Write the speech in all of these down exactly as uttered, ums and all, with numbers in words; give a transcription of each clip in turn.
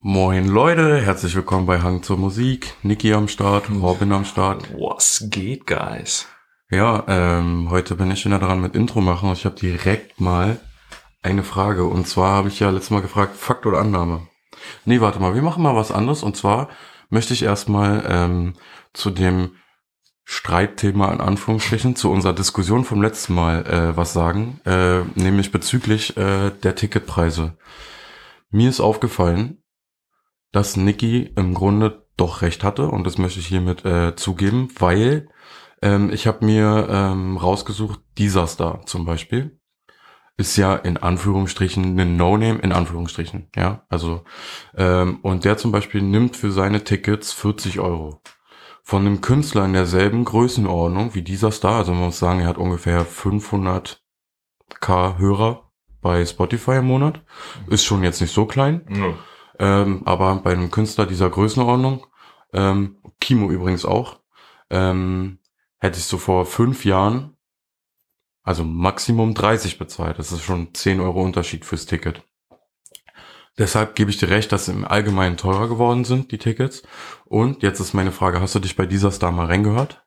Moin Leute, herzlich willkommen bei Hang zur Musik. Niki am Start, Robin am Start. Was geht, guys? Ja, ähm, heute bin ich wieder dran mit Intro machen und ich habe direkt mal eine Frage. Und zwar habe ich ja letztes Mal gefragt, Fakt oder Annahme? Nee, warte mal, wir machen mal was anderes. Und zwar möchte ich erstmal ähm, zu dem Streitthema in Anführungsstrichen, zu unserer Diskussion vom letzten Mal äh, was sagen. Äh, nämlich bezüglich äh, der Ticketpreise. Mir ist aufgefallen, dass Niki im Grunde doch recht hatte und das möchte ich hiermit äh, zugeben, weil ähm, ich habe mir ähm, rausgesucht, Disaster zum Beispiel ist ja in Anführungsstrichen ein No-Name, in Anführungsstrichen, ja, also ähm, und der zum Beispiel nimmt für seine Tickets vierzig Euro. Von einem Künstler in derselben Größenordnung wie Disaster, also man muss sagen, er hat ungefähr fünfhunderttausend Hörer bei Spotify im Monat, ist schon jetzt nicht so klein, Mhm. Ähm, aber bei einem Künstler dieser Größenordnung, ähm, Kimo übrigens auch, ähm, hätte ich so vor fünf Jahren, also Maximum dreißig bezahlt. Das ist schon zehn Euro Unterschied fürs Ticket. Deshalb gebe ich dir recht, dass im Allgemeinen teurer geworden sind, die Tickets. Und jetzt ist meine Frage, hast du dich bei dieser Star mal reingehört?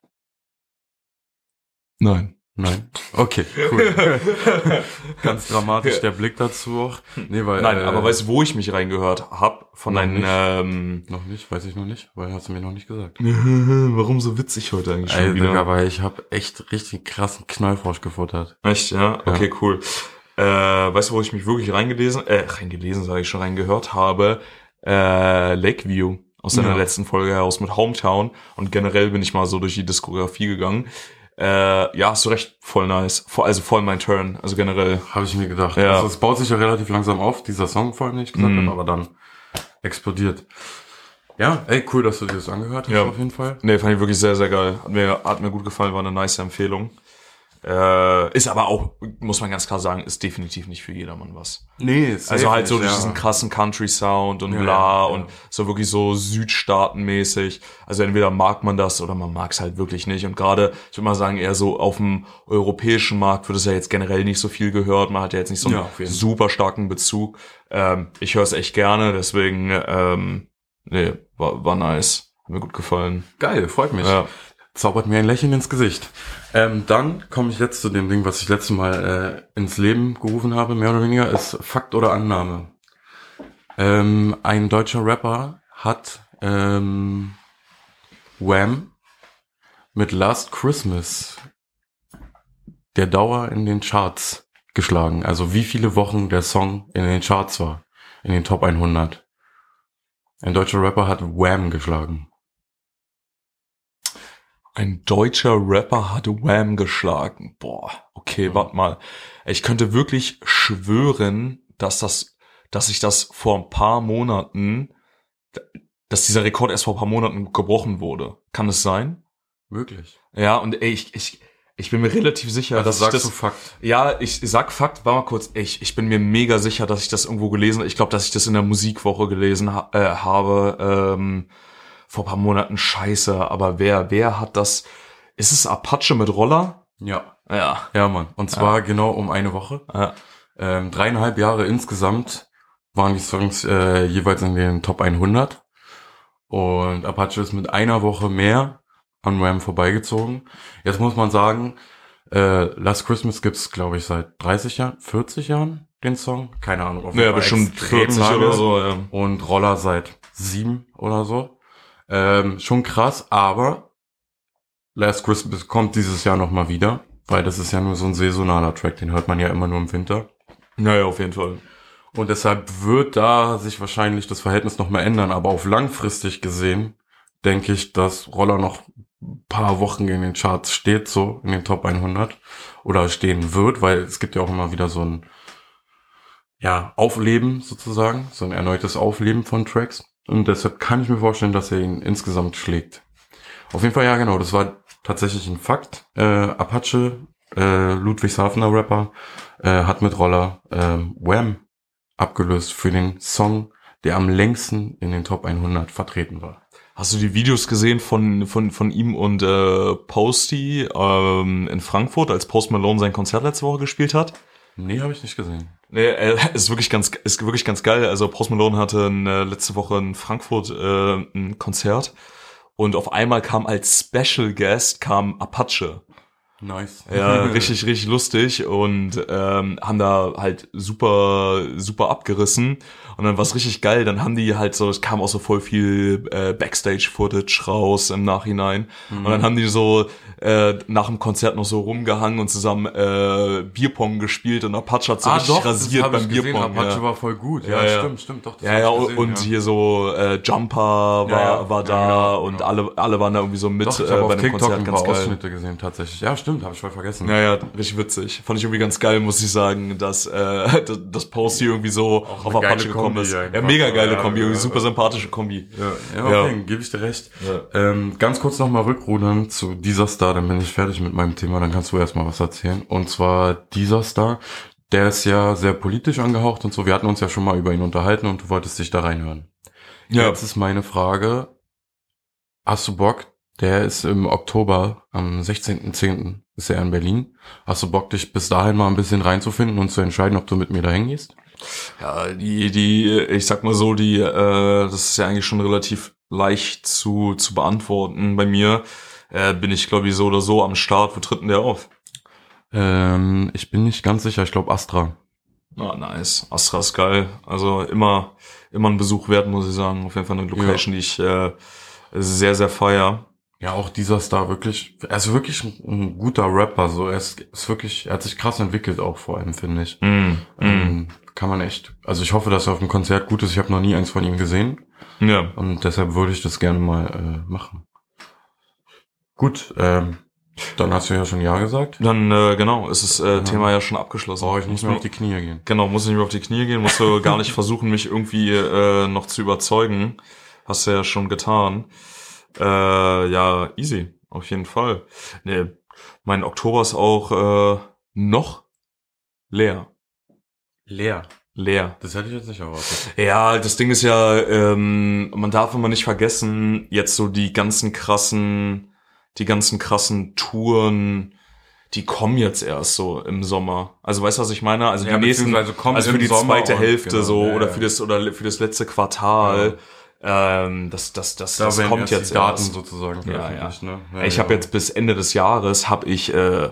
Nein. Nein? Okay, cool. Ganz dramatisch der Blick dazu auch. Nee, weil, Nein, äh, aber weißt du, wo ich mich reingehört hab? Von noch einem, nicht. ähm... Noch nicht, weiß ich noch nicht, weil hast du mir noch nicht gesagt. Warum so witzig heute eigentlich schon Ey, wieder? Digga, weil ich habe echt richtig krassen Knallfrosch gefuttert. Echt, ja? Okay, cool. Äh, weißt du, wo ich mich wirklich reingelesen, äh, reingelesen, sage ich schon, reingehört habe? Äh, Lakeview. Aus seiner Ja. letzten Folge heraus mit Hometown. Und generell bin ich mal so durch die Diskografie gegangen. Äh, ja, hast du recht, voll nice. Voll, also voll mein Turn, also generell. Habe ich mir gedacht. Ja. Also es baut sich ja relativ langsam auf, dieser Song vor allem, den ich gesagt Mhm. habe, aber dann explodiert. Ja, ey, cool, dass du dir das angehört hast, Ja. auf jeden Fall. Nee, fand ich wirklich sehr, sehr geil. Hat mir, hat mir gut gefallen, war eine nice Empfehlung. Äh, ist aber auch, muss man ganz klar sagen, ist definitiv nicht für jedermann was. Nee, Also halt so durch durch diesen krassen Country-Sound und Ja, bla ja, ja. und so wirklich so Südstaatenmäßig. Also entweder mag man das oder man mag es halt wirklich nicht. Und gerade, ich würde mal sagen, eher so auf dem europäischen Markt wird es ja jetzt generell nicht so viel gehört. Man hat ja jetzt nicht so einen Ja, auf jeden Fall. super starken Bezug. Ähm, ich höre es echt gerne, deswegen, ähm, nee, war, war nice. Hat mir gut gefallen. Geil, freut mich. Ja. Zaubert mir ein Lächeln ins Gesicht. Ähm, dann komme ich jetzt zu dem Ding, was ich letztes Mal äh, ins Leben gerufen habe, mehr oder weniger, ist Fakt oder Annahme. Ähm, ein deutscher Rapper hat ähm, Wham mit Last Christmas der Dauer in den Charts geschlagen. Also wie viele Wochen der Song in den Charts war, in den Top hundert. Ein deutscher Rapper hat Wham geschlagen. Ein deutscher Rapper hat Wham geschlagen. Boah, okay, warte mal. Ich könnte wirklich schwören, dass das, dass ich das vor ein paar Monaten, dass dieser Rekord erst vor ein paar Monaten gebrochen wurde. Kann es sein? Wirklich? Ja, und ey, ich, ich, ich bin mir relativ sicher, Also dass ich sagst das, du Fakt. ja, ich sag Fakt, war mal kurz, ey, ich, ich bin mir mega sicher, dass ich das irgendwo gelesen habe. Ich glaube, dass ich das in der Musikwoche gelesen ha- äh, habe, ähm, vor ein paar Monaten. Scheiße, aber wer, wer hat das? Ist es Apache mit Roller? Ja. Ja. Ja, Mann. Und zwar genau um eine Woche. Ja. Ähm, dreieinhalb Jahre insgesamt waren die Songs äh, jeweils in den Top hundert. Und Apache ist mit einer Woche mehr an Wham vorbeigezogen. Jetzt muss man sagen, äh, Last Christmas gibt's, glaube ich, seit dreißig Jahren, vierzig Jahren den Song. Keine Ahnung. Auf jeden Ja, Fall bestimmt extrem vierzig lange. oder so, ja. Und Roller seit sieben oder so. Ähm, schon krass, aber Last Christmas kommt dieses Jahr nochmal wieder, weil das ist ja nur so ein saisonaler Track, den hört man ja immer nur im Winter. Naja, auf jeden Fall. Und deshalb wird da sich wahrscheinlich das Verhältnis nochmal ändern, aber auf langfristig gesehen denke ich, dass Roller noch ein paar Wochen in den Charts steht, so in den Top hundert oder stehen wird, weil es gibt ja auch immer wieder so ein ja Aufleben sozusagen, so ein erneutes Aufleben von Tracks. Und deshalb kann ich mir vorstellen, dass er ihn insgesamt schlägt. Auf jeden Fall, ja genau, das war tatsächlich ein Fakt. Äh, Apache, äh, Ludwigshafener Rapper, äh, hat mit Roller äh, Wham abgelöst für den Song, der am längsten in den Top hundert vertreten war. Hast du die Videos gesehen von von von ihm und äh, Posty ähm, in Frankfurt, als Post Malone sein Konzert letzte Woche gespielt hat? Nee, habe ich nicht gesehen. Nee, äh, ist wirklich ganz, ist wirklich ganz geil. Also Post Malone hatte äh, letzte Woche in Frankfurt äh, ein Konzert und auf einmal kam als Special Guest kam Apache. Nice. Ja, richtig, richtig lustig und ähm, haben da halt super, super abgerissen. Und dann war's richtig geil. Dann haben die halt so, es kam auch so voll viel äh, Backstage-Footage raus im Nachhinein. Mhm. Und dann haben die so äh, nach dem Konzert noch so rumgehangen und zusammen äh, Bierpong gespielt und Apache hat so ah, richtig doch, rasiert beim Bierpong. Apache ja. war voll gut. Ja, ja, ja. stimmt, stimmt. Doch, das ja, ja, gesehen, und ja. hier so äh, Jumper war, ja, ja. war da ja, genau, und genau. alle alle waren da irgendwie so mit doch, ich äh, hab bei auf dem TikTok Konzert ein ganz paar geil. Ausschnitte gesehen, tatsächlich. Ja, stimmt, habe ich voll vergessen. Ja, ja, richtig witzig. Fand ich irgendwie ganz geil, muss ich sagen, dass äh, das, das Post hier irgendwie so auch auf Apache gekommen ist. Ja, mega geile Kombi, irgendwie super sympathische Kombi. Ja, ja, okay, ja. Gebe ich dir recht. Ja. Ähm, ganz kurz nochmal rückrudern zu dieser Star, dann bin ich fertig mit meinem Thema, dann kannst du erstmal was erzählen. Und zwar dieser Star, der ist ja sehr politisch angehaucht und so. Wir hatten uns ja schon mal über ihn unterhalten und du wolltest dich da reinhören. Ja. Jetzt ist meine Frage, hast du Bock? Der ist im Oktober, am sechzehnten zehnten ist er in Berlin. Hast du Bock, dich bis dahin mal ein bisschen reinzufinden und zu entscheiden, ob du mit mir da hingehst? Ja, die, die, ich sag mal so, die, äh, das ist ja eigentlich schon relativ leicht zu, zu beantworten. Bei mir äh, bin ich, glaube ich, so oder so am Start. Wo tritt denn der auf? Ähm, ich bin nicht ganz sicher. Ich glaube Astra. Ah, nice. Astra ist geil. Also immer, immer ein Besuch wert, muss ich sagen. Auf jeden Fall eine Location, ja. die ich äh, sehr, sehr feier. Ja, auch dieser Star wirklich, er ist wirklich ein, ein guter Rapper, so, er ist, ist wirklich, er hat sich krass entwickelt auch vor allem, finde ich. Mm, ähm, mm. Kann man echt, also ich hoffe, dass er auf dem Konzert gut ist, ich habe noch nie eins von ihm gesehen. Ja. Und deshalb würde ich das gerne mal äh, machen. Gut, ähm, dann hast du ja schon Ja gesagt. Dann, äh, genau, ist das äh, ja. Thema ja schon abgeschlossen. Brauche ich nicht mehr auf die Knie gehen. Genau, muss ich nicht mehr auf die Knie gehen, musst du gar nicht versuchen, mich irgendwie äh, noch zu überzeugen. Hast du ja schon getan. Äh, ja, easy, auf jeden Fall. Nee, mein Oktober ist auch äh, noch leer. Leer? Leer. Das hätte ich jetzt nicht erwartet. Ja, das Ding ist ja, ähm, man darf immer nicht vergessen, jetzt so die ganzen krassen, die ganzen krassen Touren, die kommen jetzt erst so im Sommer. Also weißt du, was ich meine? Also ja, die nächsten, kommen also für die Sommer zweite Hälfte genau, so ja, oder ja. für das oder für das letzte Quartal. Ja. Ähm, das, das, das, da das kommt erst jetzt die Daten erst. sozusagen ja, ja. Ne? Ja, ich ja. habe jetzt bis Ende des Jahres habe ich, äh,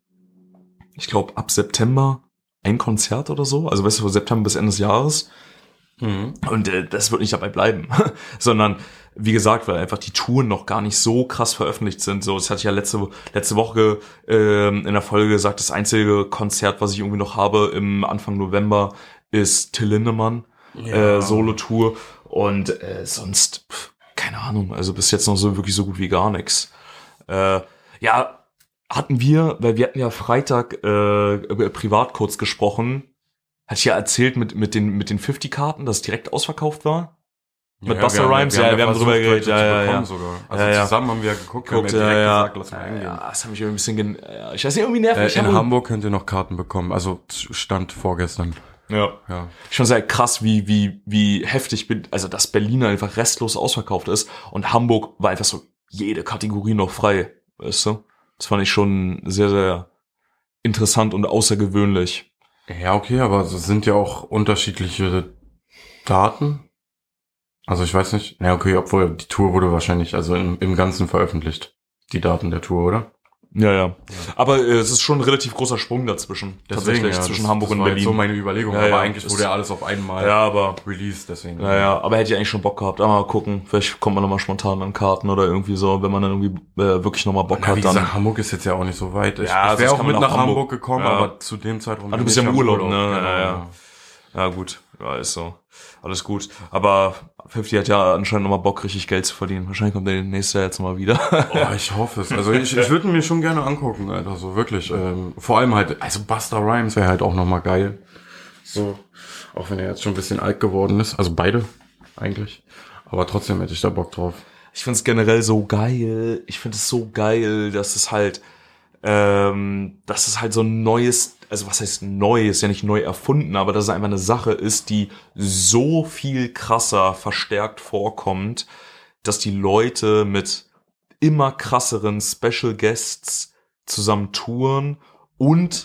ich glaube ab September ein Konzert oder so. Also weißt du, von September bis Ende des Jahres. Mhm. Und äh, das wird nicht dabei bleiben, sondern wie gesagt, weil einfach die Touren noch gar nicht so krass veröffentlicht sind. So, das hatte ich ja letzte letzte Woche äh, in der Folge gesagt. Das einzige Konzert, was ich irgendwie noch habe im Anfang November, ist Till Lindemann ja. äh, Solo-Tour. Und äh, sonst, pff, keine Ahnung, also bis jetzt noch so wirklich so gut wie gar nichts. Äh, ja, hatten wir, weil wir hatten ja Freitag äh, privat kurz gesprochen, hatte ich ja erzählt mit mit den mit den fünfzig-Karten, dass es direkt ausverkauft war. Ja, mit Busta wir Rhymes, haben, wir ja, wir haben drüber geredet, ja, ja, ja. Sogar. Also ja, ja. zusammen haben wir geguckt, Guckt, haben wir direkt ja, gesagt, lass mal eingehen. Ja, das hat mich irgendwie ein bisschen, gen ja, ich weiß nicht, irgendwie nervig. Äh, in Hamburg könnt ihr noch Karten bekommen, also Stand vorgestern. Ja. ja. Schon sehr krass, wie, wie, wie heftig bin, also dass Berlin einfach restlos ausverkauft ist und Hamburg war einfach so jede Kategorie noch frei, weißt du? Das fand ich schon sehr, sehr interessant und außergewöhnlich. Ja, okay, aber es sind ja auch unterschiedliche Daten. Also ich weiß nicht, ja okay, obwohl die Tour wurde wahrscheinlich also im, im Ganzen veröffentlicht, die Daten der Tour, oder? Ja, ja. Aber äh, es ist schon ein relativ großer Sprung dazwischen. Deswegen, tatsächlich ja, zwischen das, Hamburg das und war Berlin. Jetzt so meine Überlegung, ja, aber ja, eigentlich wurde ja alles auf einmal ja, aber, released, deswegen. Ja, ja, aber hätte ich eigentlich schon Bock gehabt. Aber mal gucken, vielleicht kommt man nochmal spontan an Karten oder irgendwie so, wenn man dann irgendwie äh, wirklich nochmal Bock Na, hat. Wie dann. gesagt, Hamburg ist jetzt ja auch nicht so weit. Ich, ja, ich wäre auch mit nach Hamburg, Hamburg gekommen, ja. aber zu dem Zeitraum. Ah, du bist ja im Urlaub, Urlaub, ne? Genau, ja, ja. Ja, gut. Ja, ist so. Alles gut. Aber fünfzig hat ja anscheinend nochmal Bock, richtig Geld zu verdienen. Wahrscheinlich kommt der nächste Jahr jetzt mal wieder. Oh, ich hoffe es. Also ich, ich würde mir schon gerne angucken, Alter. So wirklich. Ähm, vor allem halt, also Busta Rhymes wäre halt auch nochmal geil. So. Auch wenn er jetzt schon ein bisschen alt geworden ist. Also beide, eigentlich. Aber trotzdem hätte ich da Bock drauf. Ich find's generell so geil. Ich find es so geil, dass es halt, ähm, dass es halt so ein neues, also was heißt neu, ist ja nicht neu erfunden, aber dass es einfach eine Sache ist, die so viel krasser verstärkt vorkommt, dass die Leute mit immer krasseren Special Guests zusammen touren und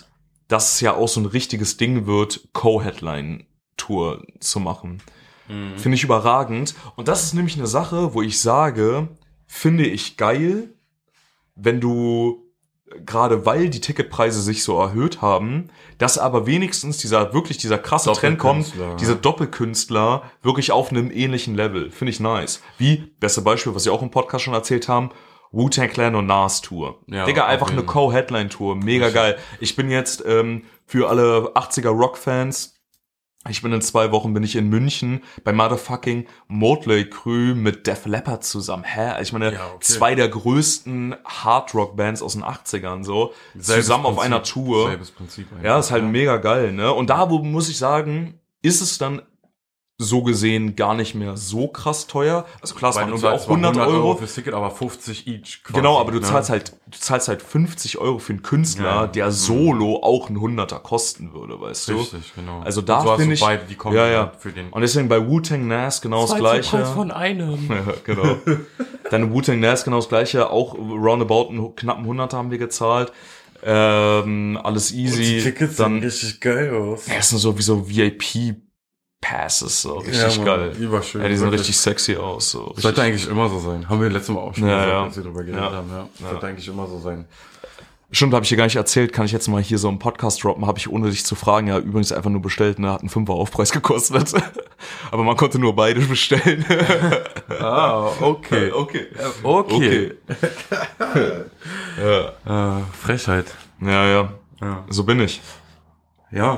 dass es ja auch so ein richtiges Ding wird, Co-Headline-Tour zu machen. Mhm. Finde ich überragend. Und das ist nämlich eine Sache, wo ich sage, finde ich geil, wenn du, gerade weil die Ticketpreise sich so erhöht haben, dass aber wenigstens dieser, wirklich dieser krasse Trend kommt, diese Doppelkünstler wirklich auf einem ähnlichen Level. Finde ich nice. Wie, beste Beispiel, was wir auch im Podcast schon erzählt haben, Wu-Tang Clan und Nas Tour. Ja, Digga, einfach eine Co-Headline-Tour. Mega geil. Ich bin jetzt ähm, für alle achtziger Rock-Fans, ich bin in zwei Wochen bin ich in München bei motherfucking Motley Crue mit Def Leppard zusammen. Hä? Ich meine, ja, okay. zwei der größten Hard-Rock-Bands aus den achtzigern so, selbes zusammen Prinzip, auf einer Tour. Selbes Prinzip eigentlich. Ja, ist halt ja. mega geil, ne? Und da, wo muss ich sagen, ist es dann so gesehen gar nicht mehr so krass teuer. Also klar, es waren irgendwie auch hundert Euro fürs Ticket, aber fünfzig each. Quasi, genau, aber du ne? zahlst halt, du zahlst halt fünfzig Euro für einen Künstler, ja. der solo auch ein Hunderter kosten würde, weißt du? Richtig, genau. Also da so finde ich, beide, die kommen ja, ja. für den. Und deswegen bei Wu-Tang Nas genau das Gleiche. Preis von einem. Ja, genau. Dann Wu-Tang Nas genau das Gleiche, auch roundabout einen knappen Hunderter haben wir gezahlt. Ähm, alles easy. Und die Tickets dann, sehen richtig geil aus. Ja, es sind so wie so V I P Passes, so richtig ja, geil. Überschön. Ja, die sehen richtig sexy aus. So richtig. Sollte eigentlich immer so sein. Haben wir letztes Mal auch schon ja, gesagt, ja. als wir drüber geredet ja. haben. Ja. ja. Sollte eigentlich immer so sein. Stimmt, habe ich dir gar nicht erzählt, kann ich jetzt mal hier so im Podcast droppen, habe ich ohne dich zu fragen, ja übrigens einfach nur bestellt, ne, hat einen Fünfer Aufpreis gekostet. Aber man konnte nur beide bestellen. Ah, okay. Okay. Okay. okay. ja. Äh, Frechheit. Ja, ja, ja. So bin ich. Ja.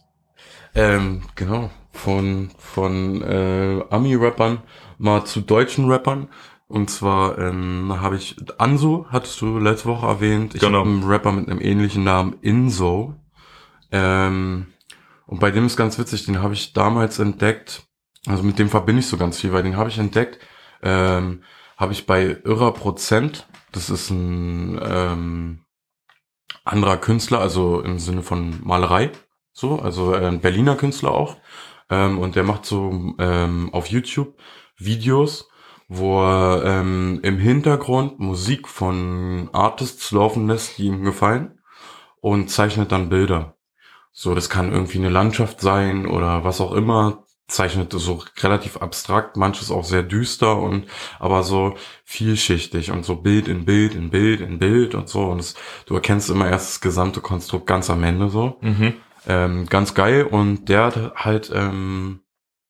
Ähm, genau. Von von äh, Ami-Rappern mal zu deutschen Rappern. Und zwar ähm, habe ich Anso, hattest du letzte Woche erwähnt. Ich genau. habe einen Rapper mit einem ähnlichen Namen, Inso. Ähm, und bei dem ist ganz witzig, den habe ich damals entdeckt. Also mit dem verbinde ich so ganz viel, weil den habe ich entdeckt. Ähm, habe ich bei Irrer Prozent. Das ist ein ähm, anderer Künstler, also im Sinne von Malerei. So, also ein Berliner Künstler auch. Ähm, und der macht so ähm, auf YouTube Videos, wo er ähm, im Hintergrund Musik von Artists laufen lässt, die ihm gefallen, und zeichnet dann Bilder. So, das kann irgendwie eine Landschaft sein oder was auch immer, zeichnet das so relativ abstrakt, manches auch sehr düster und aber so vielschichtig und so Bild in Bild in Bild in Bild und so. Und das, du erkennst immer erst das gesamte Konstrukt ganz am Ende so. Mhm. Ähm, ganz geil. Und der hat halt ähm,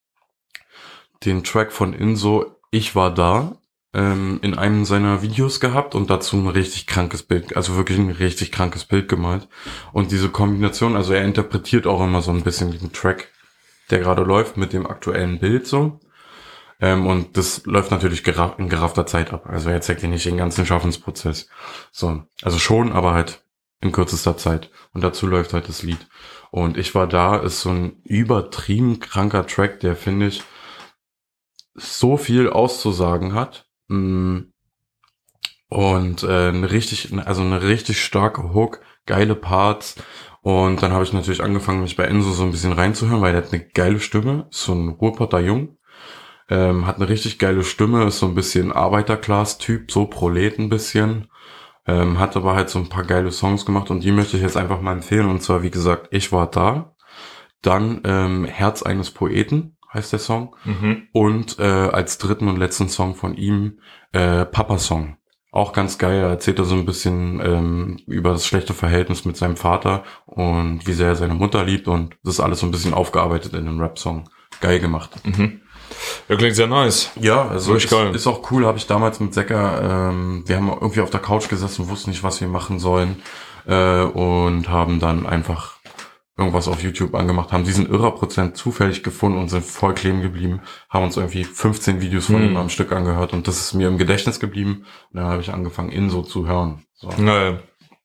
den Track von Inso Ich war da ähm, in einem seiner Videos gehabt und dazu ein richtig krankes Bild, also wirklich ein richtig krankes Bild gemalt. Und diese Kombination, also er interpretiert auch immer so ein bisschen den Track, der gerade läuft, mit dem aktuellen Bild so. Ähm, und das läuft natürlich gera- in geraffter Zeit ab. Also er zeigt dir nicht den ganzen Schaffensprozess. So, also schon, aber halt in kürzester Zeit. Und dazu läuft halt das Lied. Und Ich war da ist so ein übertrieben kranker Track, der, finde ich, so viel auszusagen hat. Und äh, eine richtig, also eine richtig starke Hook, geile Parts. Und dann habe ich natürlich angefangen, mich bei Enzo so ein bisschen reinzuhören, weil der hat eine geile Stimme, ist so ein Ruhrpotter Jung, ähm, hat eine richtig geile Stimme, ist so ein bisschen Arbeiterklass-Typ, so Prolet ein bisschen, ähm, hat aber halt so ein paar geile Songs gemacht und die möchte ich jetzt einfach mal empfehlen. Und zwar, wie gesagt, Ich war da, dann ähm, Herz eines Poeten heißt der Song, mhm. und äh, als dritten und letzten Song von ihm äh, Papa-Song. Auch ganz geil, er erzählt da so ein bisschen ähm, über das schlechte Verhältnis mit seinem Vater und wie sehr er seine Mutter liebt, und das ist alles so ein bisschen aufgearbeitet in einem Rap-Song. Geil gemacht. Mhm. Ja, klingt sehr nice. Ja, also ist, geil. ist auch cool, habe ich damals mit Secker, ähm, wir haben irgendwie auf der Couch gesessen und wussten nicht, was wir machen sollen, äh, und haben dann einfach irgendwas auf YouTube angemacht, haben diesen Irrer-Prozent zufällig gefunden und sind voll kleben geblieben, haben uns irgendwie fünfzehn Videos von hm. ihm am Stück angehört und das ist mir im Gedächtnis geblieben und dann habe ich angefangen, Inso zu hören. So. Geil.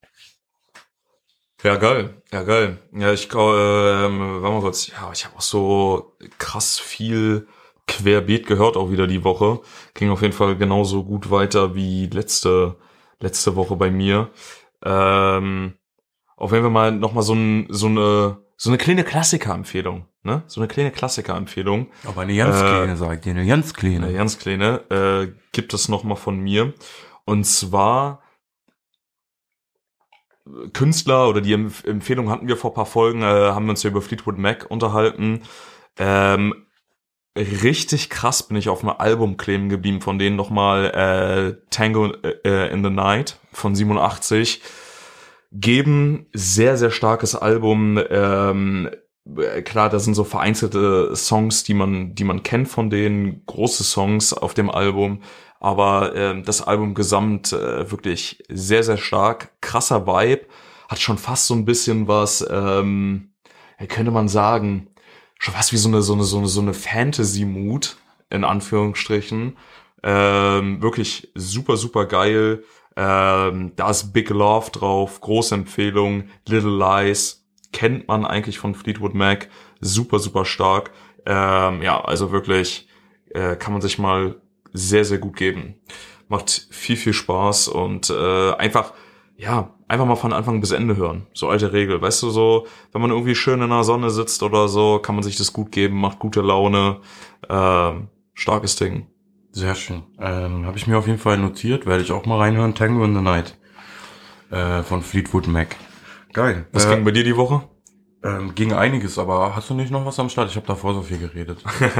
Ja, geil. Ja, geil. Ja, ich ähm, warte mal kurz. Ja, ich habe auch so krass viel querbeet gehört auch wieder die Woche. Ging auf jeden Fall genauso gut weiter wie letzte letzte Woche bei mir. Ähm, Auch wenn wir mal nochmal so, ein, so eine so eine kleine Klassiker-Empfehlung, ne? So eine kleine Klassiker-Empfehlung. Aber eine ganz äh, kleine, sag ich dir, eine ganz kleine. Eine ganz kleine, äh, gibt es nochmal von mir. Und zwar Künstler oder die Empf- Empfehlung hatten wir vor ein paar Folgen, äh, haben wir uns ja über Fleetwood Mac unterhalten. Ähm, richtig krass bin ich auf einem Album kleben geblieben, von denen nochmal äh, Tango äh, in the Night von siebenundachtzig. Geben sehr, sehr starkes Album. Ähm, klar, da sind so vereinzelte Songs, die man, die man kennt von denen, große Songs auf dem Album. Aber äh, das Album gesamt äh, wirklich sehr, sehr stark. Krasser Vibe. Hat schon fast so ein bisschen was, ähm, könnte man sagen, schon fast wie so eine, so eine, so eine, so eine Fantasy-Mood, in Anführungsstrichen. Ähm, wirklich super, super geil. Ähm, da ist Big Love drauf, große Empfehlung. Little Lies kennt man eigentlich von Fleetwood Mac, super, super stark. Ähm, ja, also wirklich äh, kann man sich mal sehr, sehr gut geben. Macht viel, viel Spaß und äh, einfach, ja, einfach mal von Anfang bis Ende hören. So alte Regel, weißt du, so, wenn man irgendwie schön in der Sonne sitzt oder so, kann man sich das gut geben, macht gute Laune. Ähm, starkes Ding. Sehr schön. Ähm, habe ich mir auf jeden Fall notiert, werde ich auch mal reinhören. Tango in the Night äh, von Fleetwood Mac. Geil. Was äh, ging bei dir die Woche? Ähm, ging einiges, aber hast du nicht noch was am Start? Ich habe davor so viel geredet.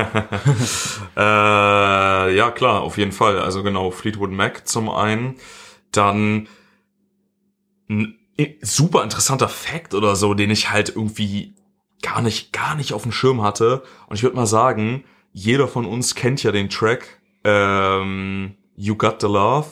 äh, ja, klar, auf jeden Fall. Also genau, Fleetwood Mac zum einen. Dann ein super interessanter Fact oder so, den ich halt irgendwie gar nicht, gar nicht auf dem Schirm hatte. Und ich würde mal sagen, jeder von uns kennt ja den Track ähm, You Got the Love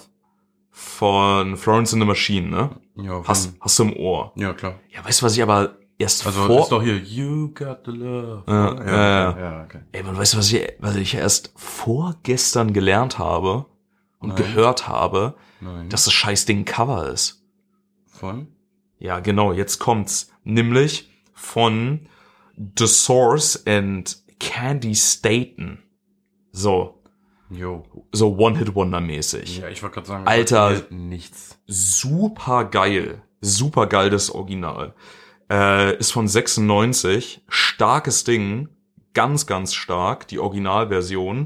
von Florence and the Machine, ne? Ja, hast, hast du im Ohr. Ja, klar. Ja, weißt du, was ich aber erst also vor... ist doch hier You Got the Love. Ja, ja, ja. ja, okay. Ey, man, weißt du, was ich, was ich erst vorgestern gelernt habe und Nein. gehört habe, Nein. dass das scheiß Ding ein Cover ist. Von? Ja, genau, jetzt kommt's. Nämlich von The Source and Candy Staten. So. Jo. So One-Hit-Wonder-mäßig. Ja, ich wollte gerade sagen, Alter, nichts. Super geil. Super geil, das Original. Äh, ist von sechsundneunzig. Starkes Ding. Ganz, ganz stark. Die Originalversion.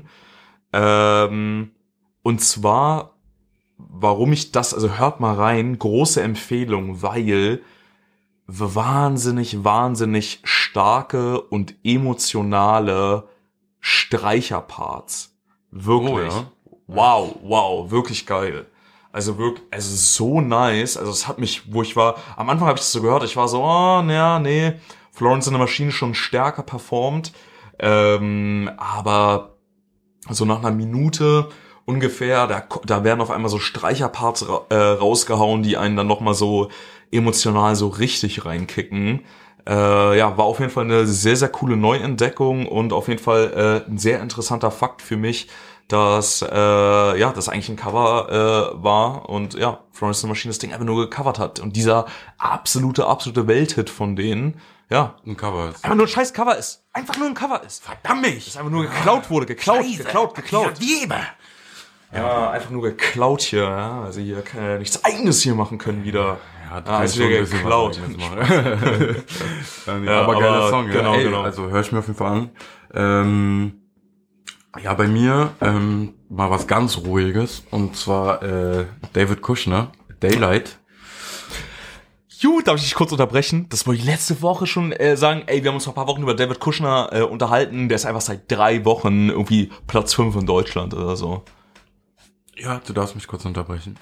Ähm, und zwar, warum ich das, also hört mal rein, große Empfehlung, weil wahnsinnig, wahnsinnig starke und emotionale Streicherparts. Wirklich. Oh, ja. Wow, wow, wirklich geil. Also wirklich, also so nice. Also es hat mich, wo ich war, am Anfang habe ich das so gehört, ich war so, oh, naja, nee, Florence and the Machine schon stärker performt. Ähm, aber so nach einer Minute ungefähr, da, da werden auf einmal so Streicherparts ra- äh, rausgehauen, die einen dann nochmal so emotional so richtig reinkicken. Äh, ja, war auf jeden Fall eine sehr, sehr coole Neuentdeckung und auf jeden Fall äh, ein sehr interessanter Fakt für mich, dass äh, ja, das eigentlich ein Cover äh, war und ja, Florence and the Machine das Ding einfach nur gecovert hat. Und dieser absolute, absolute Welthit von denen, ja, Ein Cover ist. einfach nur ein scheiß Cover ist. Einfach nur ein Cover ist. Verdammt mich! Das einfach nur geklaut wurde, geklaut, Scheiße. geklaut, geklaut. Liebe! Ja, einfach nur geklaut hier, ja. Also hier kann ja nichts Eigenes hier machen können wieder. Ja, Ah, ist wieder geklaut. ja, nee, Ja, aber geiler aber Song, genau, ja. Ey, genau. Also hör ich mir auf jeden Fall an. Ähm, ja, bei mir ähm, mal was ganz Ruhiges. Und zwar äh, David Kushner, Daylight. Gut, darf ich dich kurz unterbrechen? Das wollte ich letzte Woche schon äh, sagen. Ey, wir haben uns vor ein paar Wochen über David Kushner äh, unterhalten. Der ist einfach seit drei Wochen irgendwie Platz fünf in Deutschland oder so. Ja, du darfst mich kurz unterbrechen.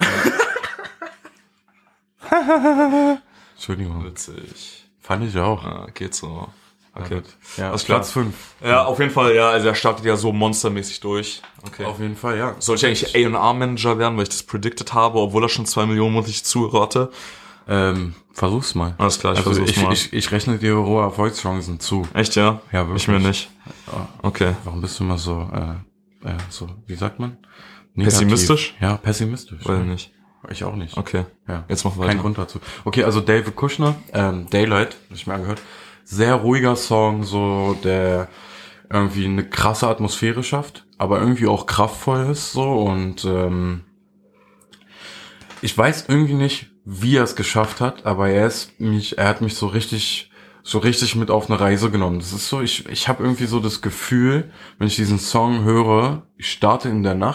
Entschuldigung. Witzig. Fand ich auch. Ah, geht so. Okay. Ja, Alles klar. Platz fünf. Ja, auf jeden Fall, ja. Also er startet ja so monstermäßig durch. Okay. Auf jeden Fall, ja. Sollte ich eigentlich A und R-Manager werden, weil ich das predicted habe, obwohl er schon zwei Millionen monatliche Zuhörer hatte? Ähm, versuch's mal. Alles klar, ich also versuch's ich, mal. Ich, ich rechne dir hohe Erfolgschancen zu. Echt, ja? Ja, wirklich. Ich mir nicht. Ja. Okay. Warum bist du immer so, äh, äh, so, wie sagt man? Pessimistisch? Ja, pessimistisch. Weil ja. nicht. Ich auch nicht. Okay. Ja. Jetzt mach weiter. Kein Grund dazu. Okay, also David Kushner, ähm, Daylight, hab ich mir angehört. Sehr ruhiger Song, so, der irgendwie eine krasse Atmosphäre schafft, aber irgendwie auch kraftvoll ist, so, und, ähm, ich weiß irgendwie nicht, wie er es geschafft hat, aber er ist mich, er hat mich so richtig, so richtig mit auf eine Reise genommen. Das ist so, ich, ich habe irgendwie so das Gefühl, wenn ich diesen Song höre, ich starte in der Nacht,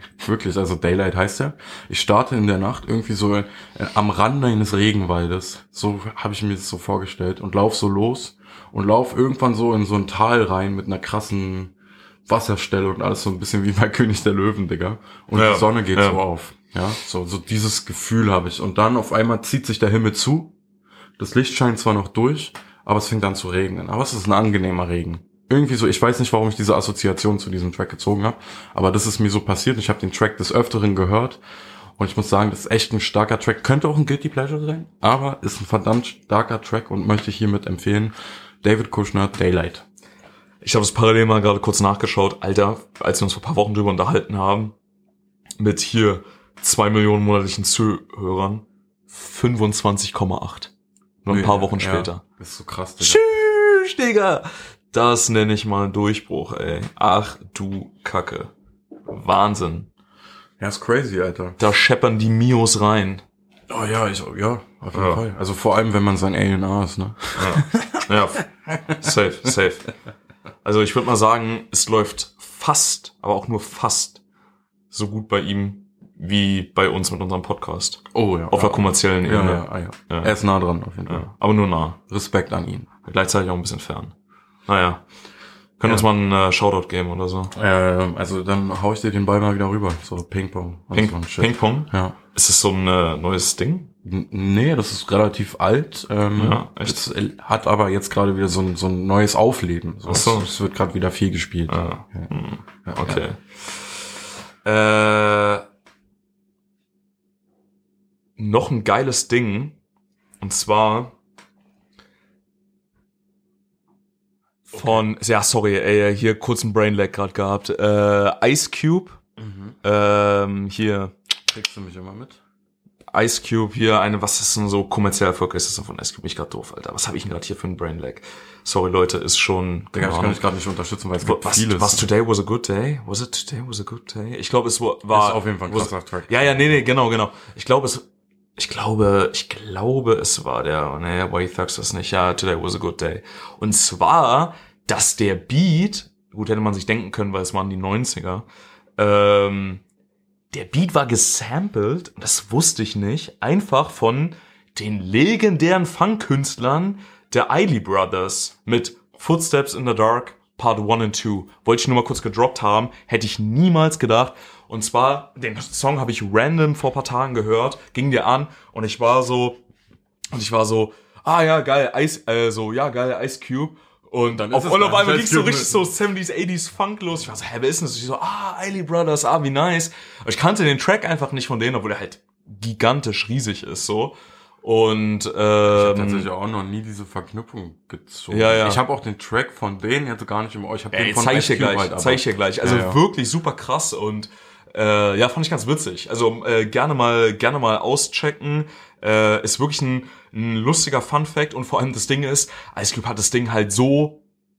Wirklich, also Daylight heißt ja. Ich starte in der Nacht irgendwie so äh, am Rande eines Regenwaldes. So habe ich mir das so vorgestellt. Und lauf so los und lauf irgendwann so in so ein Tal rein mit einer krassen Wasserstelle und alles so ein bisschen wie bei König der Löwen, Digga. Und ja, die Sonne geht ja. so auf. Ja, so, so dieses Gefühl habe ich. Und dann auf einmal zieht sich der Himmel zu. Das Licht scheint zwar noch durch, aber es fängt an zu regnen. Aber es ist ein angenehmer Regen. Irgendwie so, ich weiß nicht, warum ich diese Assoziation zu diesem Track gezogen habe, aber das ist mir so passiert. Ich habe den Track des Öfteren gehört und ich muss sagen, das ist echt ein starker Track. Könnte auch ein Guilty Pleasure sein, aber ist ein verdammt starker Track und möchte ich hiermit empfehlen. David Kushner, Daylight. Ich habe es parallel mal gerade kurz nachgeschaut, Alter, als wir uns vor ein paar Wochen drüber unterhalten haben, mit hier zwei Millionen monatlichen Zuhörern, fünfundzwanzig Komma acht. Nur ein paar Wochen ja, später. Das ist so krass, Digga. Tschüss, Digga. Das nenne ich mal einen Durchbruch, ey. Ach du Kacke. Wahnsinn. Ja, ist crazy, Alter. Da scheppern die Mios rein. Oh ja, ich, ja, auf jeden ja. Fall. Also vor allem, wenn man sein A N A ist, ne? Ja, ja. safe, safe. Also ich würde mal sagen, es läuft fast, aber auch nur fast so gut bei ihm wie bei uns mit unserem Podcast. Oh ja. Auf der kommerziellen ja, Ebene. ja, ja, ja. Ja. Er ist nah dran, auf jeden Fall. Ja, aber nur nah. Respekt an ihn. Gleichzeitig auch ein bisschen fern. Naja. Können ja. uns mal einen äh, Shoutout geben oder so. Äh, also dann hau ich dir den Ball mal wieder rüber. So Ping-Pong. Ping, so Ping-Pong? Ja. Ist es so ein äh, neues Ding? N- Nee, das ist relativ alt. Ähm, Ja, echt? Es hat aber jetzt gerade wieder so ein, so ein neues Aufleben. So, Ach so. Es, es wird gerade wieder viel gespielt. Ah, Ja. hm, Ja, okay. Ja. Äh, noch ein geiles Ding. Und zwar von, ja, sorry, ey, hier kurz einen Brainlag gerade gehabt. Äh, Ice Cube. Mhm. Ähm, hier. Kriegst du mich immer mit? Ice Cube hier, eine, was ist denn so kommerziell erfolgreich ist das von Ice Cube? Mich gerade doof, Alter. Was habe ich denn gerade hier für einen Brainlag? Sorry, Leute, ist schon... Digga, ich kann dich gerade nicht unterstützen, weil es gibt was, vieles. was Today was a good day? Was it Today was a good day? Ich glaube, es war... war ist auf jeden Fall ein was, krasser Track. Ja, ja, nee, nee, genau, genau. Ich glaube, es... Ich glaube, ich glaube, es war der... Nee, Why Thugs ist nicht. Ja, Today was a good day. Und zwar, dass der Beat... Gut, hätte man sich denken können, weil es waren die neunziger. Ähm... Der Beat war gesampled, das wusste ich nicht, einfach von den legendären Funk-Künstlern der Isley Brothers mit Footsteps in the Dark, Part eins und zwei. Wollte ich nur mal kurz gedroppt haben, hätte ich niemals gedacht. Und zwar, den Song habe ich random vor ein paar Tagen gehört, ging dir an und ich war so, und ich war so, ah ja, geil, Ice, äh, so, ja, geil, Ice Cube. Und dann auf, und auf einmal ging es so richtig so siebziger, achtziger Funk los. Ich war so, hä, wer ist denn das? Ich so, ah, Isley Brothers, ah, wie nice. Aber ich kannte den Track einfach nicht von denen, obwohl er halt gigantisch riesig ist, so. Und, ähm, ich habe tatsächlich auch noch nie diese Verknüpfung gezogen. Ja, ja. Ich habe auch den Track von denen jetzt gar nicht im Ohr. Ich habe ey, den von zeig ich dir Ice Cube gleich, halt, zeig ich dir gleich. Also ja, ja. wirklich super krass und, äh, ja, fand ich ganz witzig. Also, äh, gerne mal, gerne mal auschecken. Äh, ist wirklich ein, ein lustiger Fun-Fact und vor allem das Ding ist, Ice Cube hat das Ding halt so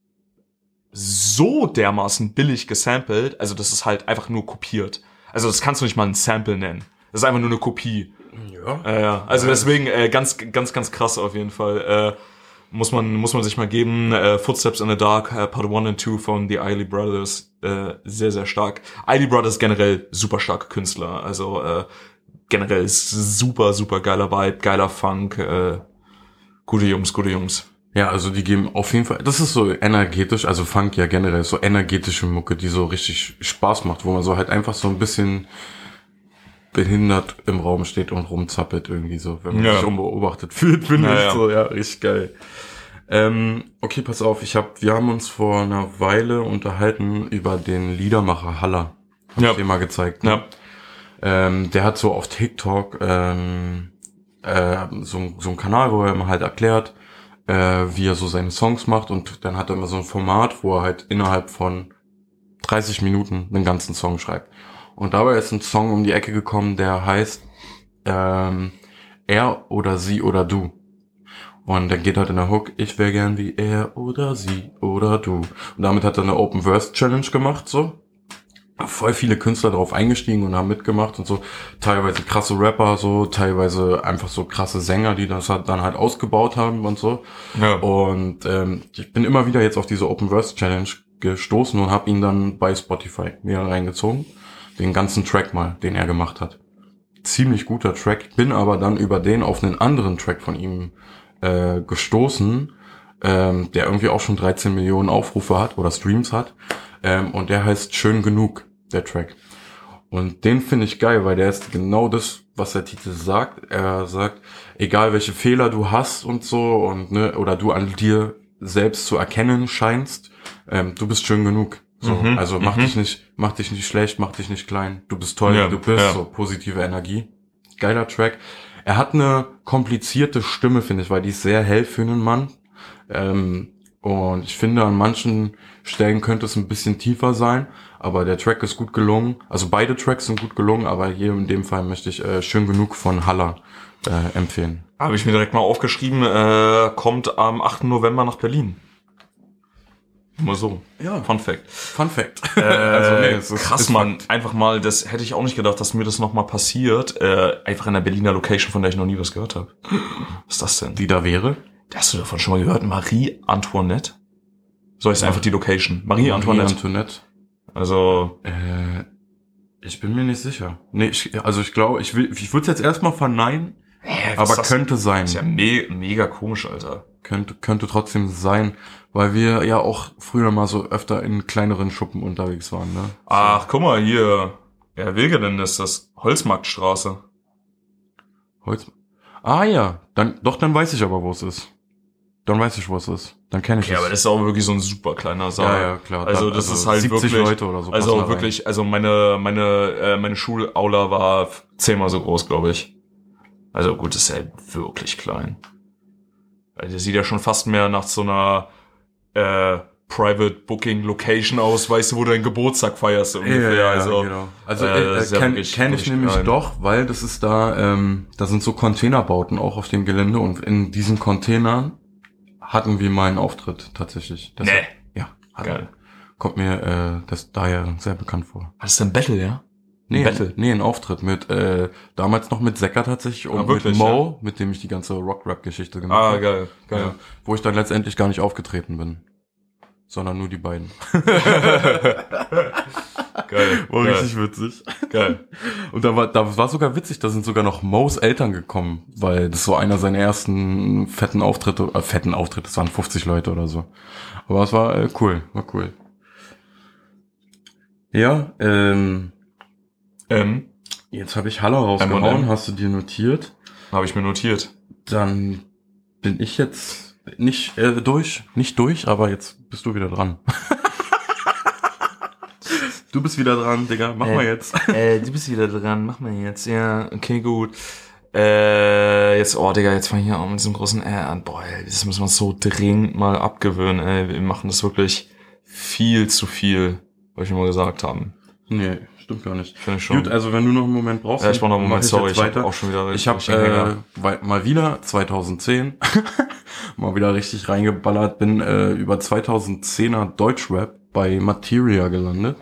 so dermaßen billig gesampelt, also das ist halt einfach nur kopiert. Also das kannst du nicht mal ein Sample nennen. Das ist einfach nur eine Kopie. Ja. Äh, ja. Also deswegen äh, ganz, ganz, ganz krass auf jeden Fall. Äh, muss man, muss man sich mal geben. Äh, Footsteps in the Dark, äh, Part eins und zwei von The Isley Brothers, äh, sehr, sehr stark. Isley Brothers generell super starke Künstler. Also äh, generell ist super, super geiler Vibe, geiler Funk. Äh, gute Jungs, gute Jungs. Ja, also die geben auf jeden Fall, das ist so energetisch, also Funk ja generell, so energetische Mucke, die so richtig Spaß macht, wo man so halt einfach so ein bisschen behindert im Raum steht und rumzappelt irgendwie so, wenn man ja. sich unbeobachtet fühlt, finde ja, ich ja. so, ja, richtig geil. Ähm, okay, pass auf, ich hab, wir haben uns vor einer Weile unterhalten über den Liedermacher Haller. Hab ja. ich dir mal gezeigt. Ne? Ja. Ähm, der hat so auf TikTok ähm, äh, so, so einen Kanal, wo er immer halt erklärt, äh, wie er so seine Songs macht, und dann hat er immer so ein Format, wo er halt innerhalb von dreißig Minuten einen ganzen Song schreibt. Und dabei ist ein Song um die Ecke gekommen, der heißt ähm, Er oder Sie oder Du. Und dann geht halt in der Hook, ich wäre gern wie er oder sie oder du. Und damit hat er eine Open Verse Challenge gemacht, so. Voll viele Künstler drauf eingestiegen und haben mitgemacht und so. Teilweise krasse Rapper, so, teilweise einfach so krasse Sänger, die das halt dann halt ausgebaut haben und so. Ja. Und ähm, ich bin immer wieder jetzt auf diese Open Verse Challenge gestoßen und habe ihn dann bei Spotify mir reingezogen. Den ganzen Track mal, den er gemacht hat. Ziemlich guter Track. Bin aber dann über den auf einen anderen Track von ihm äh, gestoßen, ähm, der irgendwie auch schon dreizehn Millionen Aufrufe hat oder Streams hat. Ähm, und der heißt Schön genug, der Track. Und den finde ich geil, weil der ist genau das, was der Titel sagt. Er sagt, egal welche Fehler du hast und so und ne, oder du an dir selbst zu erkennen scheinst, ähm, du bist schön genug. So, Mhm, also mach mhm. dich nicht, mach dich nicht schlecht, mach dich nicht klein. Du bist toll, Ja, wie du bist. ja. So positive Energie. Geiler Track. Er hat eine komplizierte Stimme, finde ich, weil die ist sehr hell für einen Mann. Ähm, und ich finde, an manchen Stellen könnte es ein bisschen tiefer sein, aber der Track ist gut gelungen. Also beide Tracks sind gut gelungen, aber hier in dem Fall möchte ich äh, Schön genug von Haller äh, empfehlen. Habe ich mir direkt mal aufgeschrieben, äh, kommt am achten November nach Berlin. Mal so. Ja. Fun Fact. Fun Fact. Äh, Also, nee, es ist- krass, ist Mann. Fakt. Einfach mal, das hätte ich auch nicht gedacht, dass mir das nochmal passiert. Äh, einfach in der Berliner Location, von der ich noch nie was gehört habe. Was ist das denn? Die da wäre? Hast du davon schon mal gehört? Marie Antoinette? So ist einfach die Location. Marie Antoinette. Antoinette. Also, Äh, ich bin mir nicht sicher. Nee, ich, also ich glaube, ich will, ich würde es jetzt erstmal verneinen, hä, was aber ist das? könnte sein. Ist ja me mega komisch, Alter. Könnte, könnte trotzdem sein, weil wir ja auch früher mal so öfter in kleineren Schuppen unterwegs waren, ne? Ach, guck mal hier. Ja, Wilgeren ist das. Holzmarktstraße. Holz. Ah ja, dann doch, dann weiß ich aber, wo es ist. Dann weiß ich, wo es ist. Dann kenne ich Okay, es. aber das ist auch wirklich so ein super kleiner Saal. ja, ja, klar. Also Da- das ist halt siebzig wirklich, Leute oder so. also passen da auch rein. wirklich, also meine meine äh, meine Schulaula war zehnmal so groß, glaube ich. Also gut, das ist ja wirklich klein. Also der sieht ja schon fast mehr nach so einer äh, Private Booking Location aus, weißt du, wo du deinen Geburtstag feierst ungefähr. Ja, ja, also genau. Also äh, äh, ist ja kenne wirklich- kenn ich wirklich nämlich klein. doch, weil das ist da, ähm, da sind so Containerbauten auch auf dem Gelände und in diesen Containern hatten wir mal einen Auftritt tatsächlich. Das Nee. Ja, hatten wir. Geil. Kommt mir äh, das daher sehr bekannt vor. Was ist denn Battle, ja? Nee, Battle. nee, ein Auftritt mit, äh, damals noch mit Secker tatsächlich und Ah, wirklich, mit Mo, mit dem ich die ganze Rock-Rap-Geschichte gemacht Ah, habe. geil, geil. Ja, wo ich dann letztendlich gar nicht aufgetreten bin. Sondern nur die beiden. Geil. War geil. richtig witzig. Geil. Und da war, da war sogar witzig, da sind sogar noch Mo's Eltern gekommen, weil das so einer seiner ersten fetten Auftritte, äh, fetten Auftritte, das waren fünfzig Leute oder so. Aber es war äh, cool, war cool. Ja, ähm, Ähm, jetzt habe ich Haller M und rausgehauen, M. hast du dir notiert? habe ich mir notiert. Dann bin ich jetzt nicht äh, durch, nicht durch, aber jetzt bist du wieder dran. Du bist wieder dran, Digga, mach Äh. mal jetzt. Äh, du bist wieder dran, mach mal jetzt. Ja, okay, gut. Äh, jetzt, oh, Digga, jetzt fange ich hier auch mit diesem großen R an. Boah, ey, das müssen wir uns so dringend mal abgewöhnen, ey. Wir machen das wirklich viel zu viel, was wir mal gesagt haben. Nee, stimmt gar nicht. Finde ich schon. Gut, also wenn du noch einen Moment brauchst, ja, ich brauche noch einen mach Moment, sorry, jetzt ich habe weiter. auch schon wieder Ich habe richtig Hänger. äh, wei- mal wieder zweitausendzehn mal wieder richtig reingeballert, bin äh, über zweitausendzehner Deutschrap bei Materia gelandet.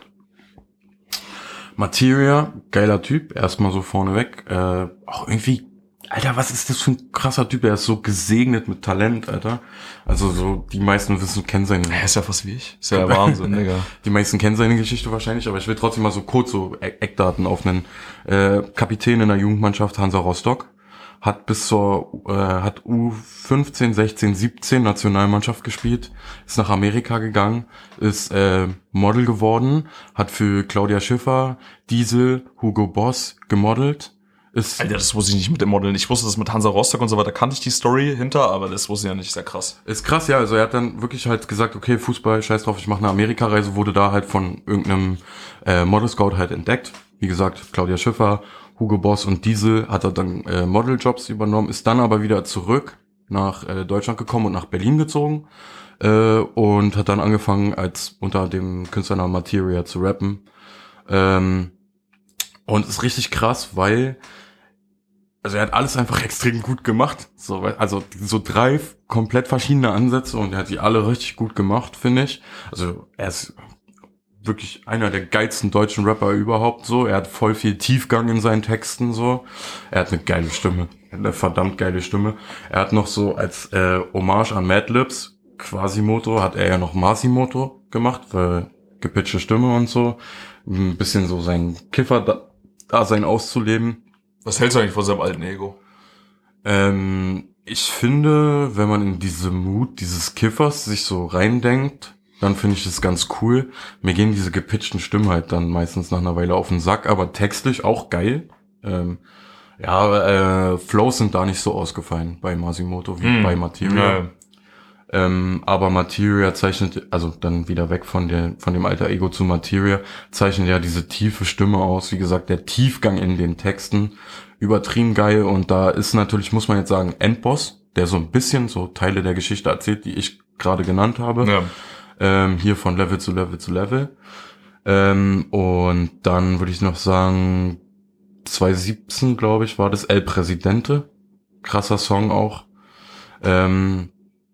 Materia, geiler Typ, erstmal so vorneweg. Äh, auch irgendwie, Alter, was ist das für ein krasser Typ? Er ist so gesegnet mit Talent, Alter. Also so, die meisten wissen, kennen seine... Er ist ja fast wie ich. Ist ja Wahnsinn, Digga. Die meisten kennen seine Geschichte wahrscheinlich, aber ich will trotzdem mal so kurz so E- Eckdaten aufnennen. Äh, Kapitän in der Jugendmannschaft Hansa Rostock, hat bis zur, äh, hat U fünfzehn, sechzehn, siebzehn Nationalmannschaft gespielt, ist nach Amerika gegangen, ist äh, Model geworden, hat für Claudia Schiffer, Diesel, Hugo Boss gemodelt, ist Alter, das wusste ich nicht mit dem Modeln. Ich wusste das mit Hansa Rostock und so weiter, kannte ich die Story hinter, aber das wusste ich ja nicht, sehr krass. Ist krass, ja, also er hat dann wirklich halt gesagt, okay, Fußball, scheiß drauf, ich mache eine Amerikareise, wurde da halt von irgendeinem äh, Model Scout halt entdeckt. Wie gesagt, Claudia Schiffer, Hugo Boss und Diesel hat er dann äh, Modeljobs übernommen, ist dann aber wieder zurück nach äh, Deutschland gekommen und nach Berlin gezogen äh, und hat dann angefangen, als unter dem Künstlernamen Materia zu rappen. Ähm, und ist richtig krass, weil also er hat alles einfach extrem gut gemacht. So, also so drei komplett verschiedene Ansätze und er hat die alle richtig gut gemacht, finde ich. Also er ist wirklich einer der geilsten deutschen Rapper überhaupt so. Er hat voll viel Tiefgang in seinen Texten so. Er hat eine geile Stimme. Er hat eine verdammt geile Stimme. Er hat noch so als äh, Hommage an Madlibs, Quasimoto, hat er ja noch Masimoto gemacht, weil gepitchte Stimme und so. Ein bisschen so sein Kiffer-Dasein auszuleben. Was hältst du eigentlich von seinem alten Ego? Ähm, ich finde, wenn man in diese Mut dieses Kiffers sich so reindenkt, dann finde ich das ganz cool. Mir gehen diese gepitchten Stimmen halt dann meistens nach einer Weile auf den Sack, aber textlich auch geil. Ähm, ja, äh, Flows sind da nicht so ausgefallen bei Masimoto wie mm. bei Materia. Ja. Ähm, aber Materia zeichnet, also dann wieder weg von der, von dem alter Ego zu Materia, zeichnet ja diese tiefe Stimme aus. Wie gesagt, der Tiefgang in den Texten, übertrieben geil. Und da ist natürlich, muss man jetzt sagen, Endboss, der so ein bisschen so Teile der Geschichte erzählt, die ich gerade genannt habe. Ja. Ähm, hier von Level zu Level zu Level. Ähm, und dann würde ich noch sagen, zwanzig siebzehn, glaube ich, war das El Presidente. Krasser Song auch. Ähm,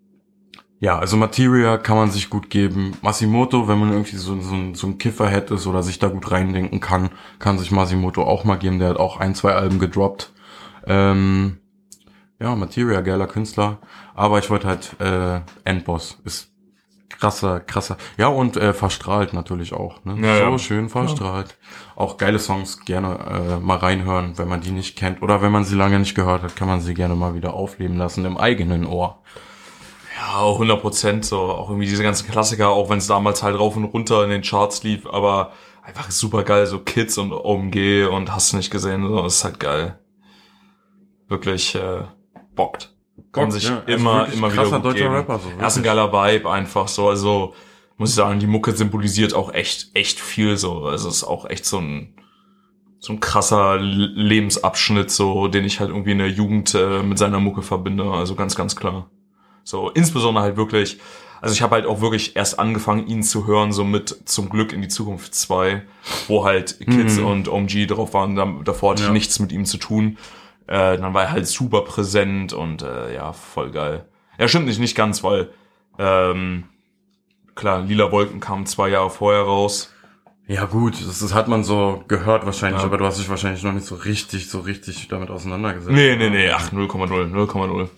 Ja, also Materia kann man sich gut geben. Masimoto, wenn man irgendwie so, so, so ein Kifferhead ist oder sich da gut reindenken kann, kann sich Masimoto auch mal geben. Der hat auch ein, zwei Alben gedroppt. Ähm, ja, Materia, geiler Künstler. Aber ich wollte halt, äh, Endboss ist krasser, krasser. Ja, und äh, verstrahlt natürlich auch. Ne? Ja, so ja. schön verstrahlt. Ja. Auch geile Songs, gerne äh, mal reinhören, wenn man die nicht kennt. Oder wenn man sie lange nicht gehört hat, kann man sie gerne mal wieder aufleben lassen im eigenen Ohr. Ja, hundert Prozent so. Auch irgendwie diese ganzen Klassiker, auch wenn es damals halt rauf und runter in den Charts lief, aber einfach super geil, so Kids und O M G und hast du nicht gesehen, so, das ist halt geil. Wirklich, äh, bockt. Kann Bock, sich ja. immer, also immer wieder gut deutscher geben. Rapper, so, er ist ein geiler Vibe einfach so, also, muss ich sagen, die Mucke symbolisiert auch echt, echt viel so, also es ist auch echt so ein, so ein krasser Lebensabschnitt, so, den ich halt irgendwie in der Jugend äh, mit seiner Mucke verbinde, also ganz, ganz klar. So, insbesondere halt wirklich, also ich habe halt auch wirklich erst angefangen, ihn zu hören, so mit Zum Glück in die Zukunft zwei, wo halt Kids mhm. und O M G drauf waren, da, davor hatte ich ja. nichts mit ihm zu tun. Äh, dann war er halt super präsent und äh, ja, voll geil. Ja, stimmt nicht, nicht ganz, weil ähm, klar, Lila Wolken kam zwei Jahre vorher raus. Ja gut, das, das hat man so gehört wahrscheinlich, ja. aber du hast dich wahrscheinlich noch nicht so richtig, so richtig damit auseinandergesetzt. Nee, nee, nee, ach, null Komma null, null Komma null.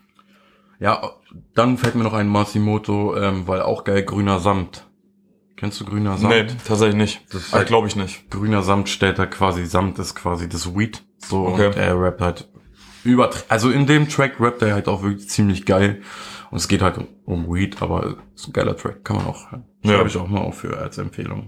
Ja, dann fällt mir noch ein Masimoto, ähm, weil auch geil, Grüner Samt. Kennst du Grüner Samt? Nee, tatsächlich nicht. Das halt, glaube ich nicht. Grüner Samt stellt da quasi, Samt ist quasi das Weed. So, okay. Und er rappt halt über, also in dem Track rappt er halt auch wirklich ziemlich geil. Und es geht halt um, um Weed, aber es ist ein geiler Track, kann man auch hören. Schreibe ja. ich auch mal auf für als Empfehlung.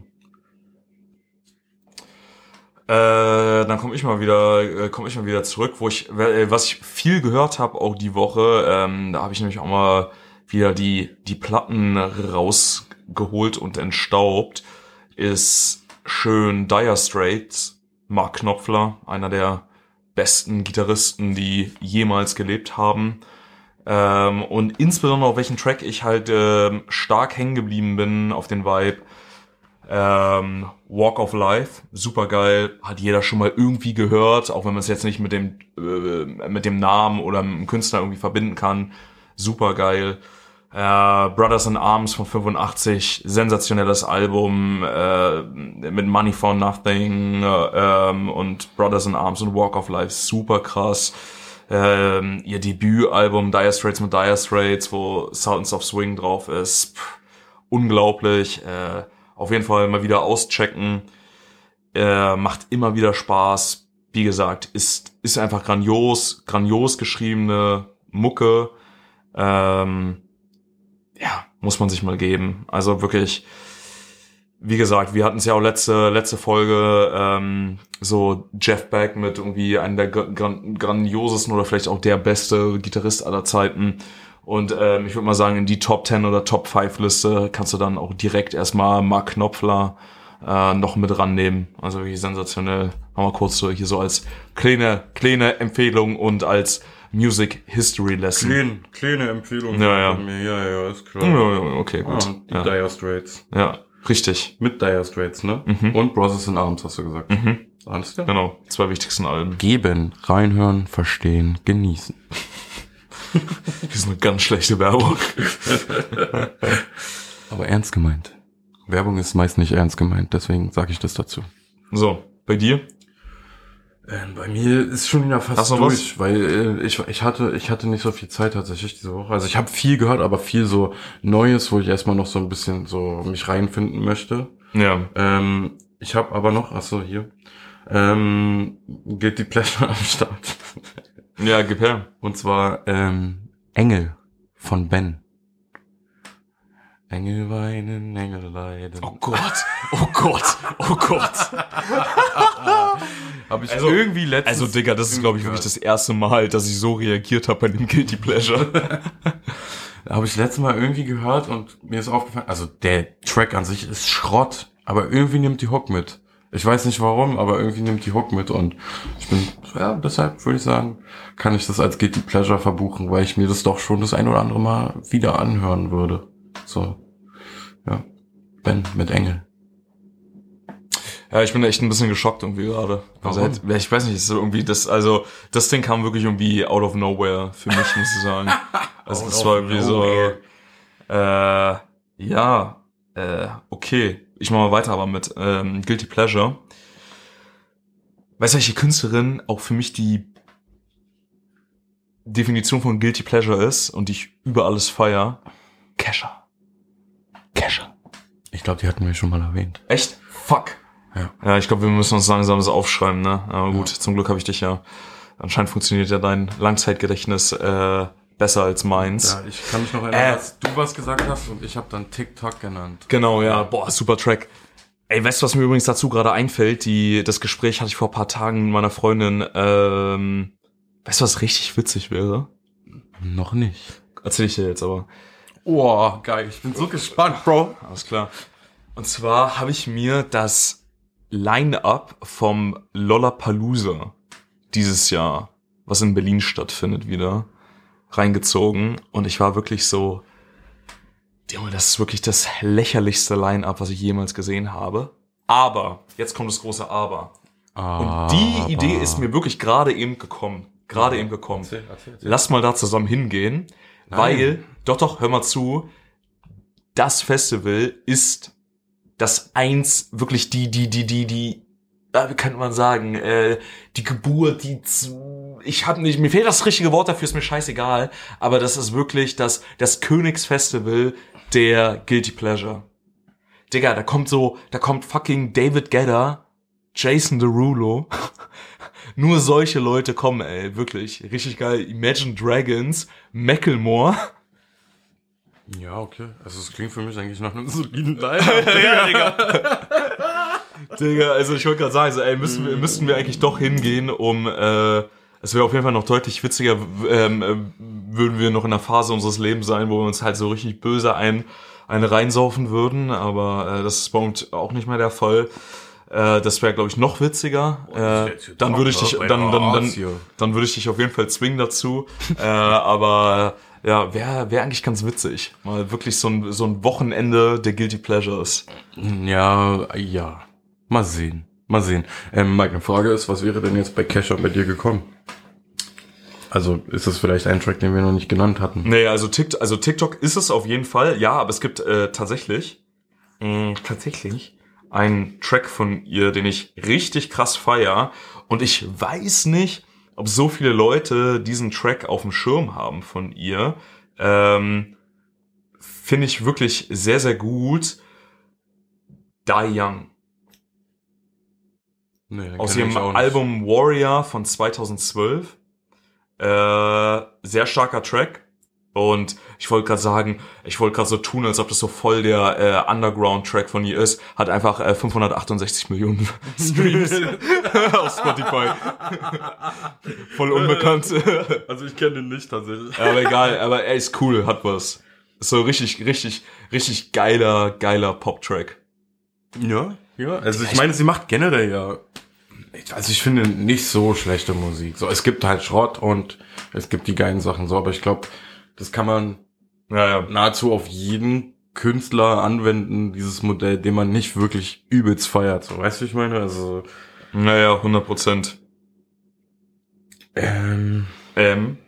Äh, dann komme ich mal wieder, äh, komme ich mal wieder zurück, wo ich, äh, was ich viel gehört habe, auch die Woche. Ähm, da habe ich nämlich auch mal wieder die die Platten rausgeholt und entstaubt. Ist schön Dire Straits, Mark Knopfler, einer der besten Gitarristen, die jemals gelebt haben. Ähm, und insbesondere auf welchen Track ich halt äh, stark hängen geblieben bin auf den Vibe. Ähm, Walk of Life, super geil, hat jeder schon mal irgendwie gehört, auch wenn man es jetzt nicht mit dem äh, mit dem Namen oder mit dem Künstler irgendwie verbinden kann. Super geil. Äh, Brothers in Arms von fünfundachtzig, sensationelles Album äh, mit Money for Nothing äh, ähm, und Brothers in Arms und Walk of Life, super krass. Ähm, ihr Debütalbum Dire Straits mit Dire Straits, wo Sultans of Swing drauf ist, pff, unglaublich. Äh, Auf jeden Fall mal wieder auschecken. Äh, macht immer wieder Spaß. Wie gesagt, ist ist einfach grandios, grandios geschriebene Mucke. Ähm, ja, muss man sich mal geben. Also wirklich, wie gesagt, wir hatten es ja auch letzte letzte Folge, ähm, so Jeff Beck mit irgendwie einem der gran- grandiosesten oder vielleicht auch der beste Gitarrist aller Zeiten. Und ähm, ich würde mal sagen, in die Top zehn oder Top fünf Liste kannst du dann auch direkt erstmal Mark Knopfler äh, noch mit rannehmen. Also wirklich sensationell. Mal kurz so hier so als kleine kleine Empfehlung und als Music History Lesson. Kleine, kleine Empfehlung. Ja, ja. Von mir. Ja, ja, ist klar. Ja, ja, okay, gut. Ah, die ja. Dire Straits. Ja, richtig. Mit Dire Straits, ne? Mhm. Und Brothers in Arms, hast du gesagt. Mhm. Alles klar. Genau, die zwei wichtigsten Alben. Geben, reinhören, verstehen, genießen. Das ist eine ganz schlechte Werbung. Aber ernst gemeint. Werbung ist meist nicht ernst gemeint, deswegen sage ich das dazu. So, bei dir? Ähm, bei mir ist schon wieder fast Hast du durch, was? weil äh, ich ich hatte ich hatte nicht so viel Zeit tatsächlich diese Woche. Also ich habe viel gehört, aber viel so Neues, wo ich erstmal noch so ein bisschen so mich reinfinden möchte. Ja. Ähm, ich habe aber noch, achso, hier, ähm, Guilty Pleasure am Start. Ja, gib her. Und zwar ähm, Engel von Ben. Engel weinen, Engel leiden. Oh Gott, oh Gott, oh Gott. Habe ich Also, irgendwie letztens... Also, Digga, das ist, glaube ich, wirklich das erste Mal, dass ich so reagiert habe bei dem Guilty Pleasure. Habe ich letztes Mal irgendwie gehört und mir ist aufgefallen, also der Track an sich ist Schrott, aber irgendwie nimmt die Hook mit. Ich weiß nicht warum, aber irgendwie nimmt die Hook mit und ich bin, ja, deshalb würde ich sagen, kann ich das als Guilty Pleasure verbuchen, weil ich mir das doch schon das ein oder andere Mal wieder anhören würde. So, ja, Ben mit Engel. Ja, ich bin echt ein bisschen geschockt irgendwie gerade. Also, Warum? halt, ich weiß nicht, ist so irgendwie das, also das Ding kam wirklich irgendwie out of nowhere für mich, muss ich sagen. Also Out das of war irgendwie nowhere. so, äh, ja, äh, okay. Ich mach mal weiter, aber mit ähm, Guilty Pleasure. Weißt du, welche Künstlerin auch für mich die Definition von Guilty Pleasure ist und die ich über alles feier? Kesha. Kesha. Ich glaube, die hatten wir schon mal erwähnt. Echt? Fuck. Ja. Ja, ich glaube, wir müssen uns langsam das aufschreiben, ne? Aber gut, ja. Zum Glück habe ich dich ja. Anscheinend funktioniert ja dein Langzeitgedächtnis äh, besser als meins. Ja, ich kann mich noch erinnern, Äh. dass du was gesagt hast und ich habe dann TikTok genannt. Genau, ja. Boah, super Track. Ey, weißt du, was mir übrigens dazu gerade einfällt? Die, das Gespräch hatte ich vor ein paar Tagen mit meiner Freundin. Ähm, weißt du, was richtig witzig wäre? Noch nicht. Erzähl ich dir jetzt aber. Oh, geil. Ich bin so gespannt, Bro. Alles klar. Und zwar habe ich mir das Line-Up vom Lollapalooza dieses Jahr, was in Berlin stattfindet, wieder reingezogen. Und ich war wirklich so, Junge, das ist wirklich das lächerlichste Line-Up, was ich jemals gesehen habe. Aber, jetzt kommt das große Aber. Und die Idee ist mir wirklich gerade eben gekommen. Gerade eben gekommen. Erzähl, erzähl, erzähl. Lass mal da zusammen hingehen, Nein. weil, doch, doch, hör mal zu, das Festival ist das eins, wirklich die, die, die, die, die, äh, wie könnte man sagen, äh, die Geburt, die, z- ich hab nicht, mir fehlt das richtige Wort dafür, ist mir scheißegal, aber das ist wirklich das, das Königsfestival der Guilty Pleasure. Digga, da kommt so, da kommt fucking David Guetta, Jason Derulo, nur solche Leute kommen, ey, wirklich, richtig geil, Imagine Dragons, Macklemore. Ja, okay. Also es klingt für mich eigentlich nach einem soliden Line. Ja, Digga. Digga, also ich wollte gerade sagen, also, ey, müssen wir, müssten wir eigentlich doch hingehen, um, äh, es wäre auf jeden Fall noch deutlich witziger, ähm, äh, würden wir noch in einer Phase unseres Lebens sein, wo wir uns halt so richtig böse ein, eine reinsaufen würden, aber äh, das ist bei uns auch nicht mehr der Fall. Äh, das wäre, glaube ich, noch witziger. Äh, dann würde ich dich, dann, dann, dann, dann würde ich dich auf jeden Fall zwingen dazu. äh, aber ja, wäre wär eigentlich ganz witzig. Mal wirklich so ein, so ein Wochenende der Guilty Pleasures. Ja, ja. Mal sehen. Mal sehen. Ähm, Mike, eine Frage ist, was wäre denn jetzt bei Kesha bei dir gekommen? Also ist das vielleicht ein Track, den wir noch nicht genannt hatten? Nee, also TikTok, also TikTok ist es auf jeden Fall, ja, aber es gibt äh, tatsächlich, mh, tatsächlich einen Track von ihr, den ich richtig krass feier. Und ich weiß nicht, ob so viele Leute diesen Track auf dem Schirm haben von ihr. Ähm, finde ich wirklich sehr, sehr gut. Die Young. Nee, den Aus kenn ich ihrem auch nicht. Album Warrior von zweitausendzwölf. Äh, sehr starker Track. Und ich wollte gerade sagen, ich wollte gerade so tun, als ob das so voll der äh, Underground-Track von ihr ist. Hat einfach äh, fünfhundertachtundsechzig Millionen Streams auf Spotify. Voll unbekannt. Also ich kenne den nicht tatsächlich. Aber egal, aber er ist cool, hat was. Ist so richtig, richtig, richtig geiler, geiler Pop-Track. Ja, ja. Also ich meine, sie macht generell ja, also ich finde nicht so schlechte Musik. So, es gibt halt Schrott und es gibt die geilen Sachen so, aber ich glaube, das kann man Ja, ja. nahezu auf jeden Künstler anwenden, dieses Modell, den man nicht wirklich übelst feiert. So, weißt du, wie ich meine? Also Naja, hundert Prozent. ähm, Ähm.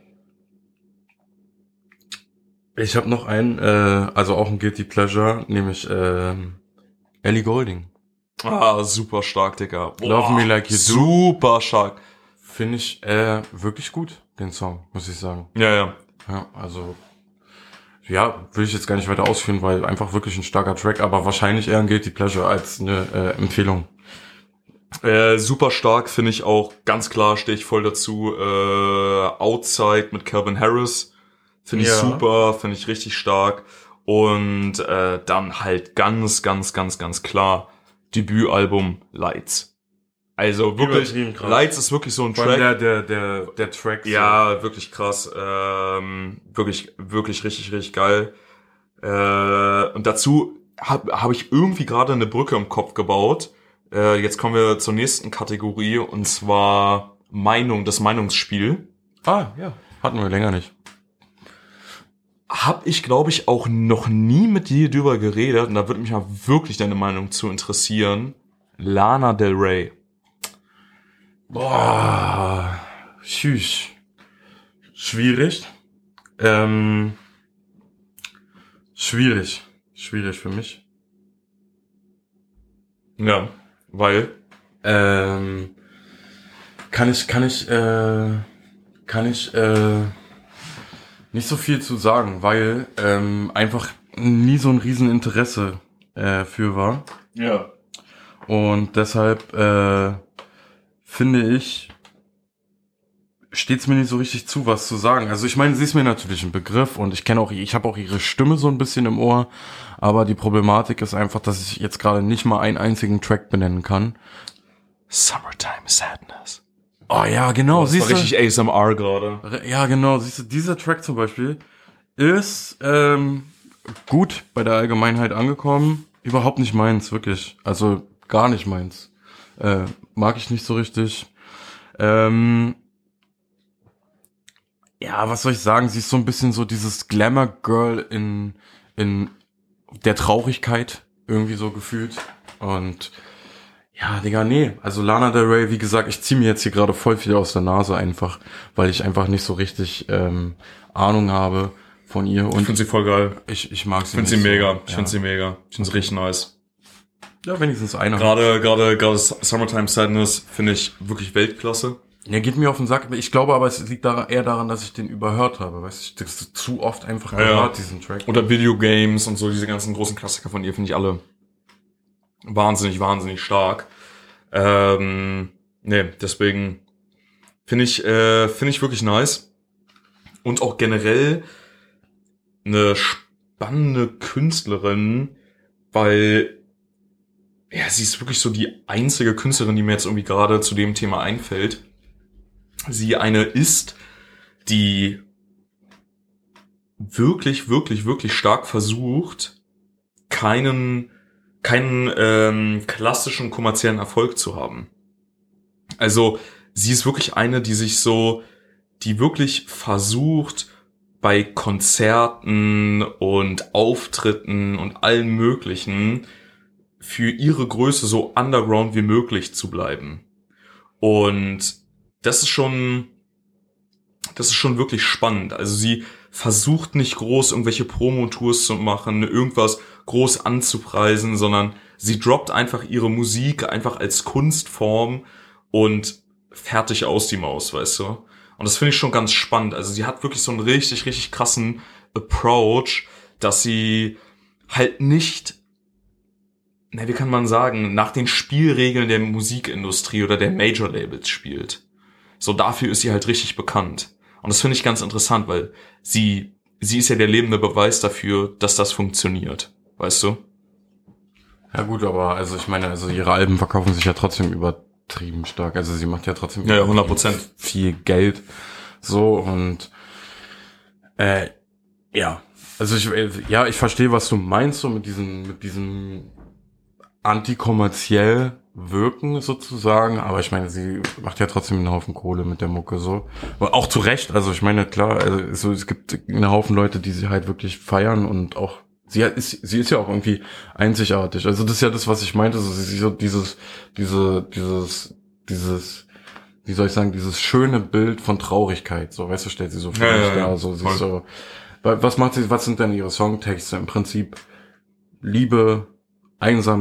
ich habe noch einen, äh, also auch ein Guilty Pleasure, nämlich ähm, Ellie Goulding. Ah, super stark, Digga. Boah, Love Me Like You Do. Super stark. Finde ich äh, wirklich gut, den Song, muss ich sagen. Ja, ja. Ja, also ja, will ich jetzt gar nicht weiter ausführen, weil einfach wirklich ein starker Track, aber wahrscheinlich eher ein Guilty Pleasure als eine äh, Empfehlung. Äh, super stark, finde ich auch, ganz klar, stehe ich voll dazu. Äh, Outside mit Calvin Harris, finde ich Ja. super, finde ich richtig stark. Und äh, dann halt ganz, ganz, ganz, ganz klar Debütalbum Lights. Also wirklich, Übertrieben krass. Lights ist wirklich so ein Vor allem Track. der, der, der, der Track. so. Ja, wirklich krass. Ähm, wirklich, wirklich richtig, richtig geil. Äh, und dazu habe hab ich irgendwie gerade eine Brücke im Kopf gebaut. Äh, jetzt kommen wir zur nächsten Kategorie, und zwar Meinung, das Meinungsspiel. Ah, ja. Hatten wir länger nicht. Hab ich, glaube ich, auch noch nie mit dir drüber geredet, und da würde mich mal wirklich deine Meinung zu interessieren. Lana Del Rey. Boah. Tschüss. Schwierig. Ähm, schwierig. Schwierig für mich. Ja, weil... Ähm, kann ich, kann ich, äh, kann ich, äh, nicht so viel zu sagen, weil ähm, einfach nie so ein Rieseninteresse äh, für war. Ja. Und deshalb äh, finde ich, steht es mir nicht so richtig zu, was zu sagen. Also ich meine, sie ist mir natürlich ein Begriff und ich kenne auch, ich habe auch ihre Stimme so ein bisschen im Ohr, aber die Problematik ist einfach, dass ich jetzt gerade nicht mal einen einzigen Track benennen kann. Summertime Sadness. Oh ja, genau, Das war siehst du? richtig A S M R gerade. Ja, genau, siehst du, dieser Track zum Beispiel ist ähm, gut bei der Allgemeinheit angekommen. Überhaupt nicht meins, wirklich. Also gar nicht meins. Äh, mag ich nicht so richtig. Ähm, ja, was soll ich sagen? Sie ist so ein bisschen so dieses Glamour-Girl in, in der Traurigkeit irgendwie so gefühlt. Und ja, Digga, nee. Also Lana Del Rey, wie gesagt, ich ziehe mir jetzt hier gerade voll viel aus der Nase einfach, weil ich einfach nicht so richtig ähm, Ahnung habe von ihr. Und Ich finde sie voll geil. ich, ich mag sie Ich finde sie nicht mega. so. Ich Ja. finde sie mega. Ich finde sie richtig nice. Ja, wenigstens einer. Gerade, gerade, gerade Summertime Sadness finde ich wirklich Weltklasse. Der geht mir auf den Sack. Ich glaube aber, es liegt daran, eher daran, dass ich den überhört habe. Weißt du, ich das zu oft einfach Ja, gehört, ja. diesen Track. Oder Videogames und so, diese ganzen großen Klassiker von ihr finde ich alle wahnsinnig, wahnsinnig stark. Ähm, nee, deswegen finde ich, äh, finde ich wirklich nice. Und auch generell eine spannende Künstlerin, weil ja, sie ist wirklich so die einzige Künstlerin, die mir jetzt irgendwie gerade zu dem Thema einfällt. Sie eine ist, die wirklich, wirklich, wirklich stark versucht, keinen, keinen ähm, klassischen kommerziellen Erfolg zu haben. Also sie ist wirklich eine, die sich so, die wirklich versucht, bei Konzerten und Auftritten und allen möglichen für ihre Größe so underground wie möglich zu bleiben. Und das ist schon, das ist schon wirklich spannend. Also sie versucht nicht groß irgendwelche Promotours zu machen, irgendwas groß anzupreisen, sondern sie droppt einfach ihre Musik einfach als Kunstform und fertig aus die Maus, weißt du? Und das finde ich schon ganz spannend. Also sie hat wirklich so einen richtig, richtig krassen Approach, dass sie halt nicht, na, wie kann man sagen, nach den Spielregeln der Musikindustrie oder der Major-Labels spielt. So, dafür ist sie halt richtig bekannt. Und das finde ich ganz interessant, weil sie, sie ist ja der lebende Beweis dafür, dass das funktioniert. Weißt du? Ja gut, aber also ich meine, also ihre Alben verkaufen sich ja trotzdem übertrieben stark. Also sie macht ja trotzdem Ja, ja, hundert Prozent. viel Geld. So und äh, ja. Also ich, ja, ich verstehe, was du meinst, so mit diesem, mit diesem antikommerziell wirken sozusagen, aber ich meine, sie macht ja trotzdem einen Haufen Kohle mit der Mucke so. Aber auch zu Recht, also ich meine, klar, also so, es gibt einen Haufen Leute, die sie halt wirklich feiern und auch, sie ist, sie ist ja auch irgendwie einzigartig. Also das ist ja das, was ich meinte, so, sie ist so dieses, diese, dieses, dieses, wie soll ich sagen, dieses schöne Bild von Traurigkeit, so, weißt du, stellt sie so vor Ja, sich ja, ja. da, so, sie Voll. ist so, was macht sie, was sind denn ihre Songtexte? Im Prinzip Liebe,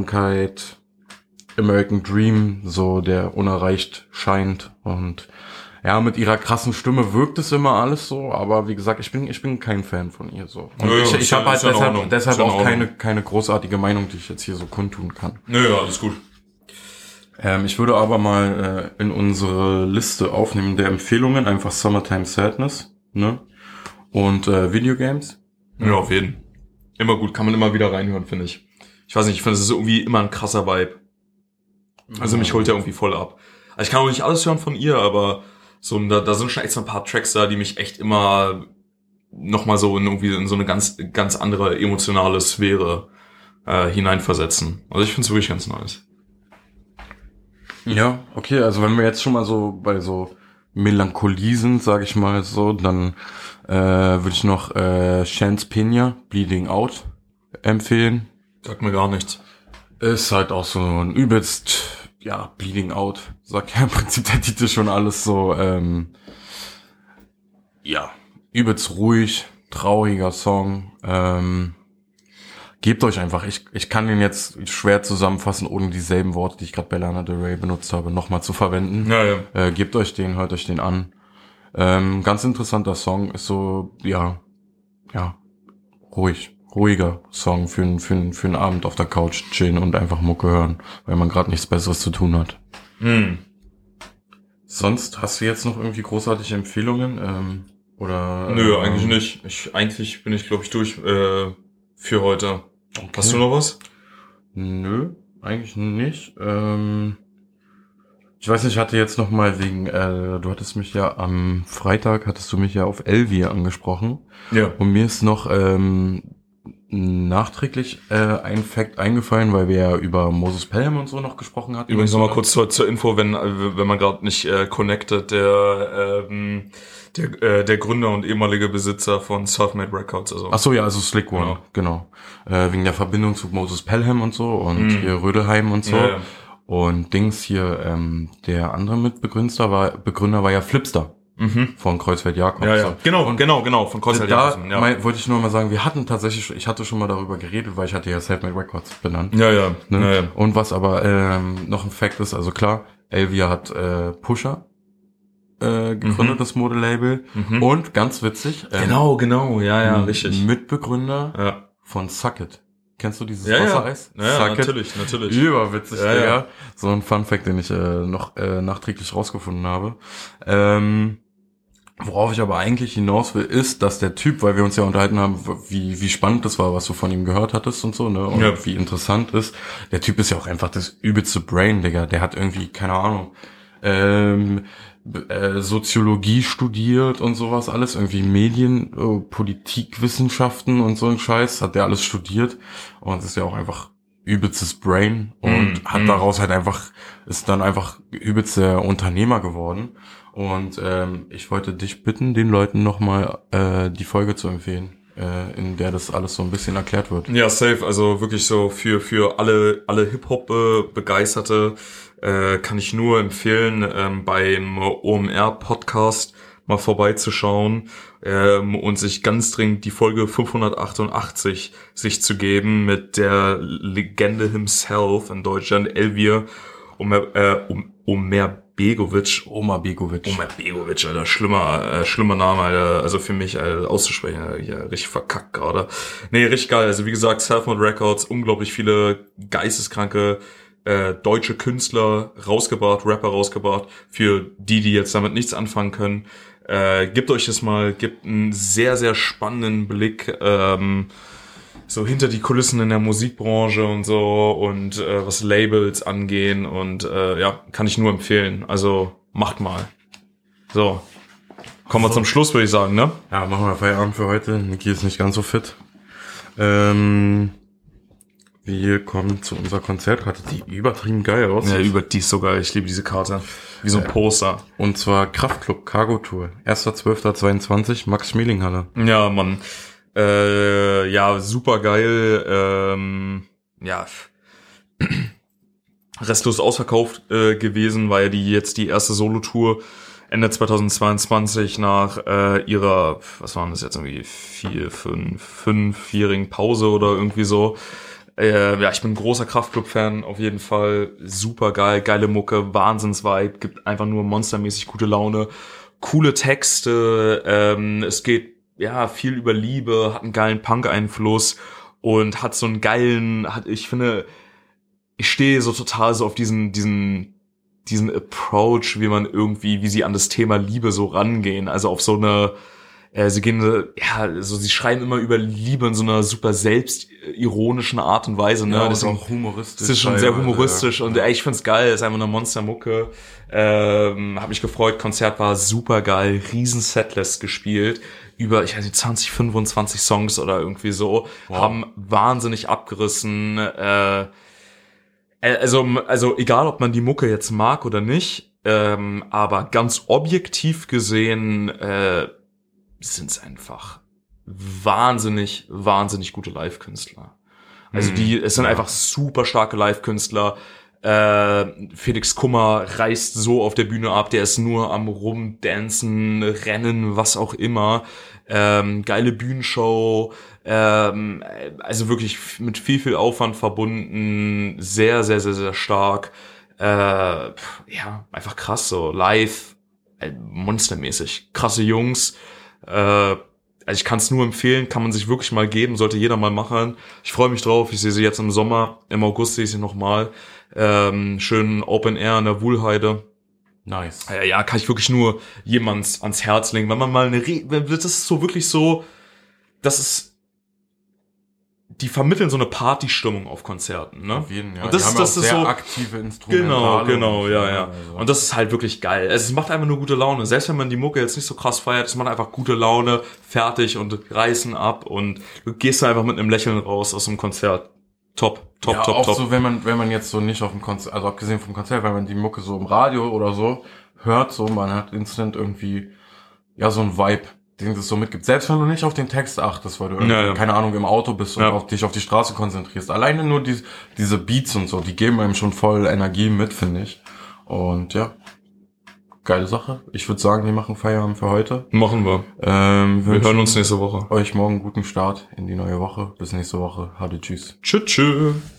Einsamkeit, American Dream, so der unerreicht scheint und ja, mit ihrer krassen Stimme wirkt es immer alles so, aber wie gesagt, ich bin ich bin kein Fan von ihr so. Und ja, ich ich habe halt deshalb, deshalb auch Ordnung. keine keine großartige Meinung, die ich jetzt hier so kundtun kann. Nö, ja, alles gut. Ähm, ich würde aber mal äh, in unsere Liste aufnehmen der Empfehlungen einfach Summertime Sadness, ne? Und äh, Videogames. Ja, auf jeden. Immer gut, kann man immer wieder reinhören, finde ich. Ich weiß nicht, ich finde, es ist irgendwie immer ein krasser Vibe. Also mich holt der irgendwie voll ab. Also ich kann auch nicht alles hören von ihr, aber so da, da sind schon echt so ein paar Tracks da, die mich echt immer nochmal so in irgendwie in so eine ganz ganz andere emotionale Sphäre äh, hineinversetzen. Also ich finde es wirklich ganz nice. Ja, okay, also wenn wir jetzt schon mal so bei so Melancholie sind, sage ich mal so, dann äh, würde ich noch äh, Chance Pena, Bleeding Out, empfehlen. Sagt mir gar nichts. Ist halt auch so ein übelst, ja, Bleeding Out, sagt ja im Prinzip der Titel schon alles so, ähm, ja, übelst ruhig, trauriger Song, ähm, gebt euch einfach, ich ich kann den jetzt schwer zusammenfassen, ohne dieselben Worte, die ich gerade bei Lana Del Rey benutzt habe, nochmal zu verwenden. Ja, ja. Äh, gebt euch den, hört euch den an. Ähm, ganz interessanter Song, ist so, ja, ja, ruhig, ruhiger Song für einen für für einen Abend auf der Couch chillen und einfach Mucke hören, weil man gerade nichts Besseres zu tun hat. Hm. Sonst hast du jetzt noch irgendwie großartige Empfehlungen? Ähm, oder? Nö, ähm, eigentlich nicht. Ich, eigentlich bin ich, glaube ich, durch äh, für heute. Okay. Hast du noch was? Nö, eigentlich nicht. Ähm, ich weiß nicht, ich hatte jetzt noch mal wegen, äh, du hattest mich ja am Freitag, hattest du mich ja auf Elvier angesprochen. Ja. Und mir ist noch ähm, nachträglich äh, ein Fact eingefallen, weil wir ja über Moses Pelham und so noch gesprochen hatten. Übrigens nochmal kurz zur, zur Info, wenn wenn man gerade nicht äh, connected, der ähm, der äh, der Gründer und ehemalige Besitzer von Selfmade Records, also. Ach so, ja, also Slick One, genau. genau. Äh, wegen der Verbindung zu Moses Pelham und so und mm. hier Rödelheim und so. Ja, ja. Und Dings hier, ähm, der andere Mitbegründer war Begründer war ja Flipster. Mhm. Von Kreuzfeld Jakobs. Ja, ja. Genau, und genau, genau, von Kreuzfeld Jakobs. Da mein, wollte ich nur mal sagen, wir hatten tatsächlich, ich hatte schon mal darüber geredet, weil ich hatte ja Selfmade Records benannt. Ja, ja. Ne? ja, ja. Und was aber ähm, noch ein Fact ist, also klar, Elvia hat äh, Pusher äh, gegründet, mhm. das Modelabel. Mhm. Und ganz witzig. Ähm, genau, genau, ja, ja, richtig. Mitbegründer ja. von Suck It. Kennst du dieses ja, Wassereis? Ja, ja natürlich, natürlich. Überwitzig, ja, Digga. ja. So ein Fun-Fact, den ich äh, noch äh, nachträglich rausgefunden habe. Ähm, worauf ich aber eigentlich hinaus will, ist, dass der Typ, weil wir uns ja unterhalten haben, wie wie spannend das war, was du von ihm gehört hattest und so, ne? Und ja. wie interessant ist. Der Typ ist ja auch einfach das übelste Brain, Digga. Der hat irgendwie, keine Ahnung, ähm, äh, Soziologie studiert und sowas alles, irgendwie Medien, äh, Politikwissenschaften und so ein Scheiß, hat der alles studiert und ist ja auch einfach übelstes Brain und mm, hat mm. daraus halt einfach, ist dann einfach übelster Unternehmer geworden und ähm, ich wollte dich bitten, den Leuten nochmal äh, die Folge zu empfehlen, äh, in der das alles so ein bisschen erklärt wird. Ja, safe, also wirklich so für für alle alle Hip-Hop-Begeisterte äh, kann ich nur empfehlen, ähm, beim O M R-Podcast mal vorbeizuschauen ähm, und sich ganz dringend die Folge fünfhundertachtundachtzig sich zu geben mit der Legende himself in Deutschland, Elvier Omer, äh, Omer Begovic. Omar Begovic. Omar Begovic, Alter, schlimmer, äh, schlimmer Name, Alter, also für mich Alter, auszusprechen, Alter, ja, richtig verkackt gerade. Nee, richtig geil, also wie gesagt, Selfmade Records, unglaublich viele geisteskranke äh, deutsche Künstler rausgebracht, Rapper rausgebracht, für die, die jetzt damit nichts anfangen können. Äh, gebt euch das mal, gibt einen sehr, sehr spannenden Blick ähm, so hinter die Kulissen in der Musikbranche und so und äh, was Labels angehen und äh, ja, kann ich nur empfehlen. Also macht mal. So, kommen wir so zum Schluss, würde ich sagen, ne? Ja, machen wir Feierabend für heute. Niki ist nicht ganz so fit. Ähm, wir kommen zu unserer Konzertkarte, die übertrieben geil aussieht. Ja, über die ist so geil. Ich liebe diese Karte. Wie so ein Poster. Und zwar Kraftklub Cargo Tour. erster zwölfter zweiundzwanzig, Max-Schmeling-Halle. Ja, Mann. Äh, ja, super geil. Ähm, ja, restlos ausverkauft äh, gewesen, weil die jetzt die erste Solo-Tour Ende zweitausendzweiundzwanzig nach äh, ihrer, was waren das jetzt irgendwie, vier, fünf, fünfjährigen Pause oder irgendwie so, Äh, ja, ich bin ein großer Kraftklub-Fan, auf jeden Fall. Super geil, geile Mucke, Wahnsinns-Vibe, gibt einfach nur monstermäßig gute Laune. Coole Texte, ähm, es geht ja viel über Liebe, hat einen geilen Punk-Einfluss und hat so einen geilen, hat, ich finde, ich stehe so total so auf diesen, diesen, diesen Approach, wie man irgendwie, wie sie an das Thema Liebe so rangehen. Also auf so eine, äh, sie gehen, ja, also sie schreiben immer über Liebe in so einer super selbstironischen Art und Weise, ne? Ja, das ist ist auch humoristisch. Das ist schon sehr teilweise, humoristisch ja. und ey, ich find's geil, ist einfach eine Monstermucke. Ähm, hab mich gefreut, Konzert war super geil, riesen Setlist gespielt, über, ich weiß nicht, zwanzig, fünfundzwanzig Songs oder irgendwie so, Wow. haben wahnsinnig abgerissen, äh, also, also egal, ob man die Mucke jetzt mag oder nicht, ähm, aber ganz objektiv gesehen äh, sind's einfach wahnsinnig, wahnsinnig gute Live-Künstler. Also die, es sind ja. einfach super starke Live-Künstler. Äh, Felix Kummer reißt so auf der Bühne ab, der ist nur am Rumdancen, Rennen, was auch immer. Ähm, geile Bühnenshow, ähm, also wirklich mit viel, viel Aufwand verbunden, sehr, sehr, sehr, sehr stark. Äh, ja, einfach krass so, live, äh, monstermäßig. Krasse Jungs, äh, also ich kann es nur empfehlen, kann man sich wirklich mal geben, sollte jeder mal machen. Ich freue mich drauf, ich sehe sie jetzt im Sommer, im August sehe ich sie nochmal. Ähm, schön Open Air in der Wuhlheide. Nice. Ja, ja, kann ich wirklich nur jemands ans Herz legen, wenn man mal eine Re- das ist so wirklich so, das ist, die vermitteln so eine Partystimmung auf Konzerten, ne? Auf jeden, ja. Und das die ist haben das auch ist sehr so aktive Instrumente. Genau, genau, ja, ja. Also. Und das ist halt wirklich geil. Es macht einfach nur gute Laune. Selbst wenn man die Mucke jetzt nicht so krass feiert, es macht einfach gute Laune, fertig und reißen ab und du gehst einfach mit einem Lächeln raus aus dem Konzert. Top, top, ja, top, auch top. so, wenn man, wenn man jetzt so nicht auf dem Konzert, also abgesehen vom Konzert, wenn man die Mucke so im Radio oder so hört, so, man hat instant irgendwie, ja, so ein Vibe, den es so mitgibt. Selbst wenn du nicht auf den Text achtest, weil du, Ja, ja. keine Ahnung, im Auto bist und Ja. auf dich auf die Straße konzentrierst. Alleine nur die, diese Beats und so, die geben einem schon voll Energie mit, finde ich. Und ja, geile Sache. Ich würde sagen, wir machen Feierabend für heute. Machen wir. Ähm, Wir wünschen hören uns nächste Woche. euch morgen einen guten Start in die neue Woche. Bis nächste Woche. Hade, tschüss. Tschüss, tschüss.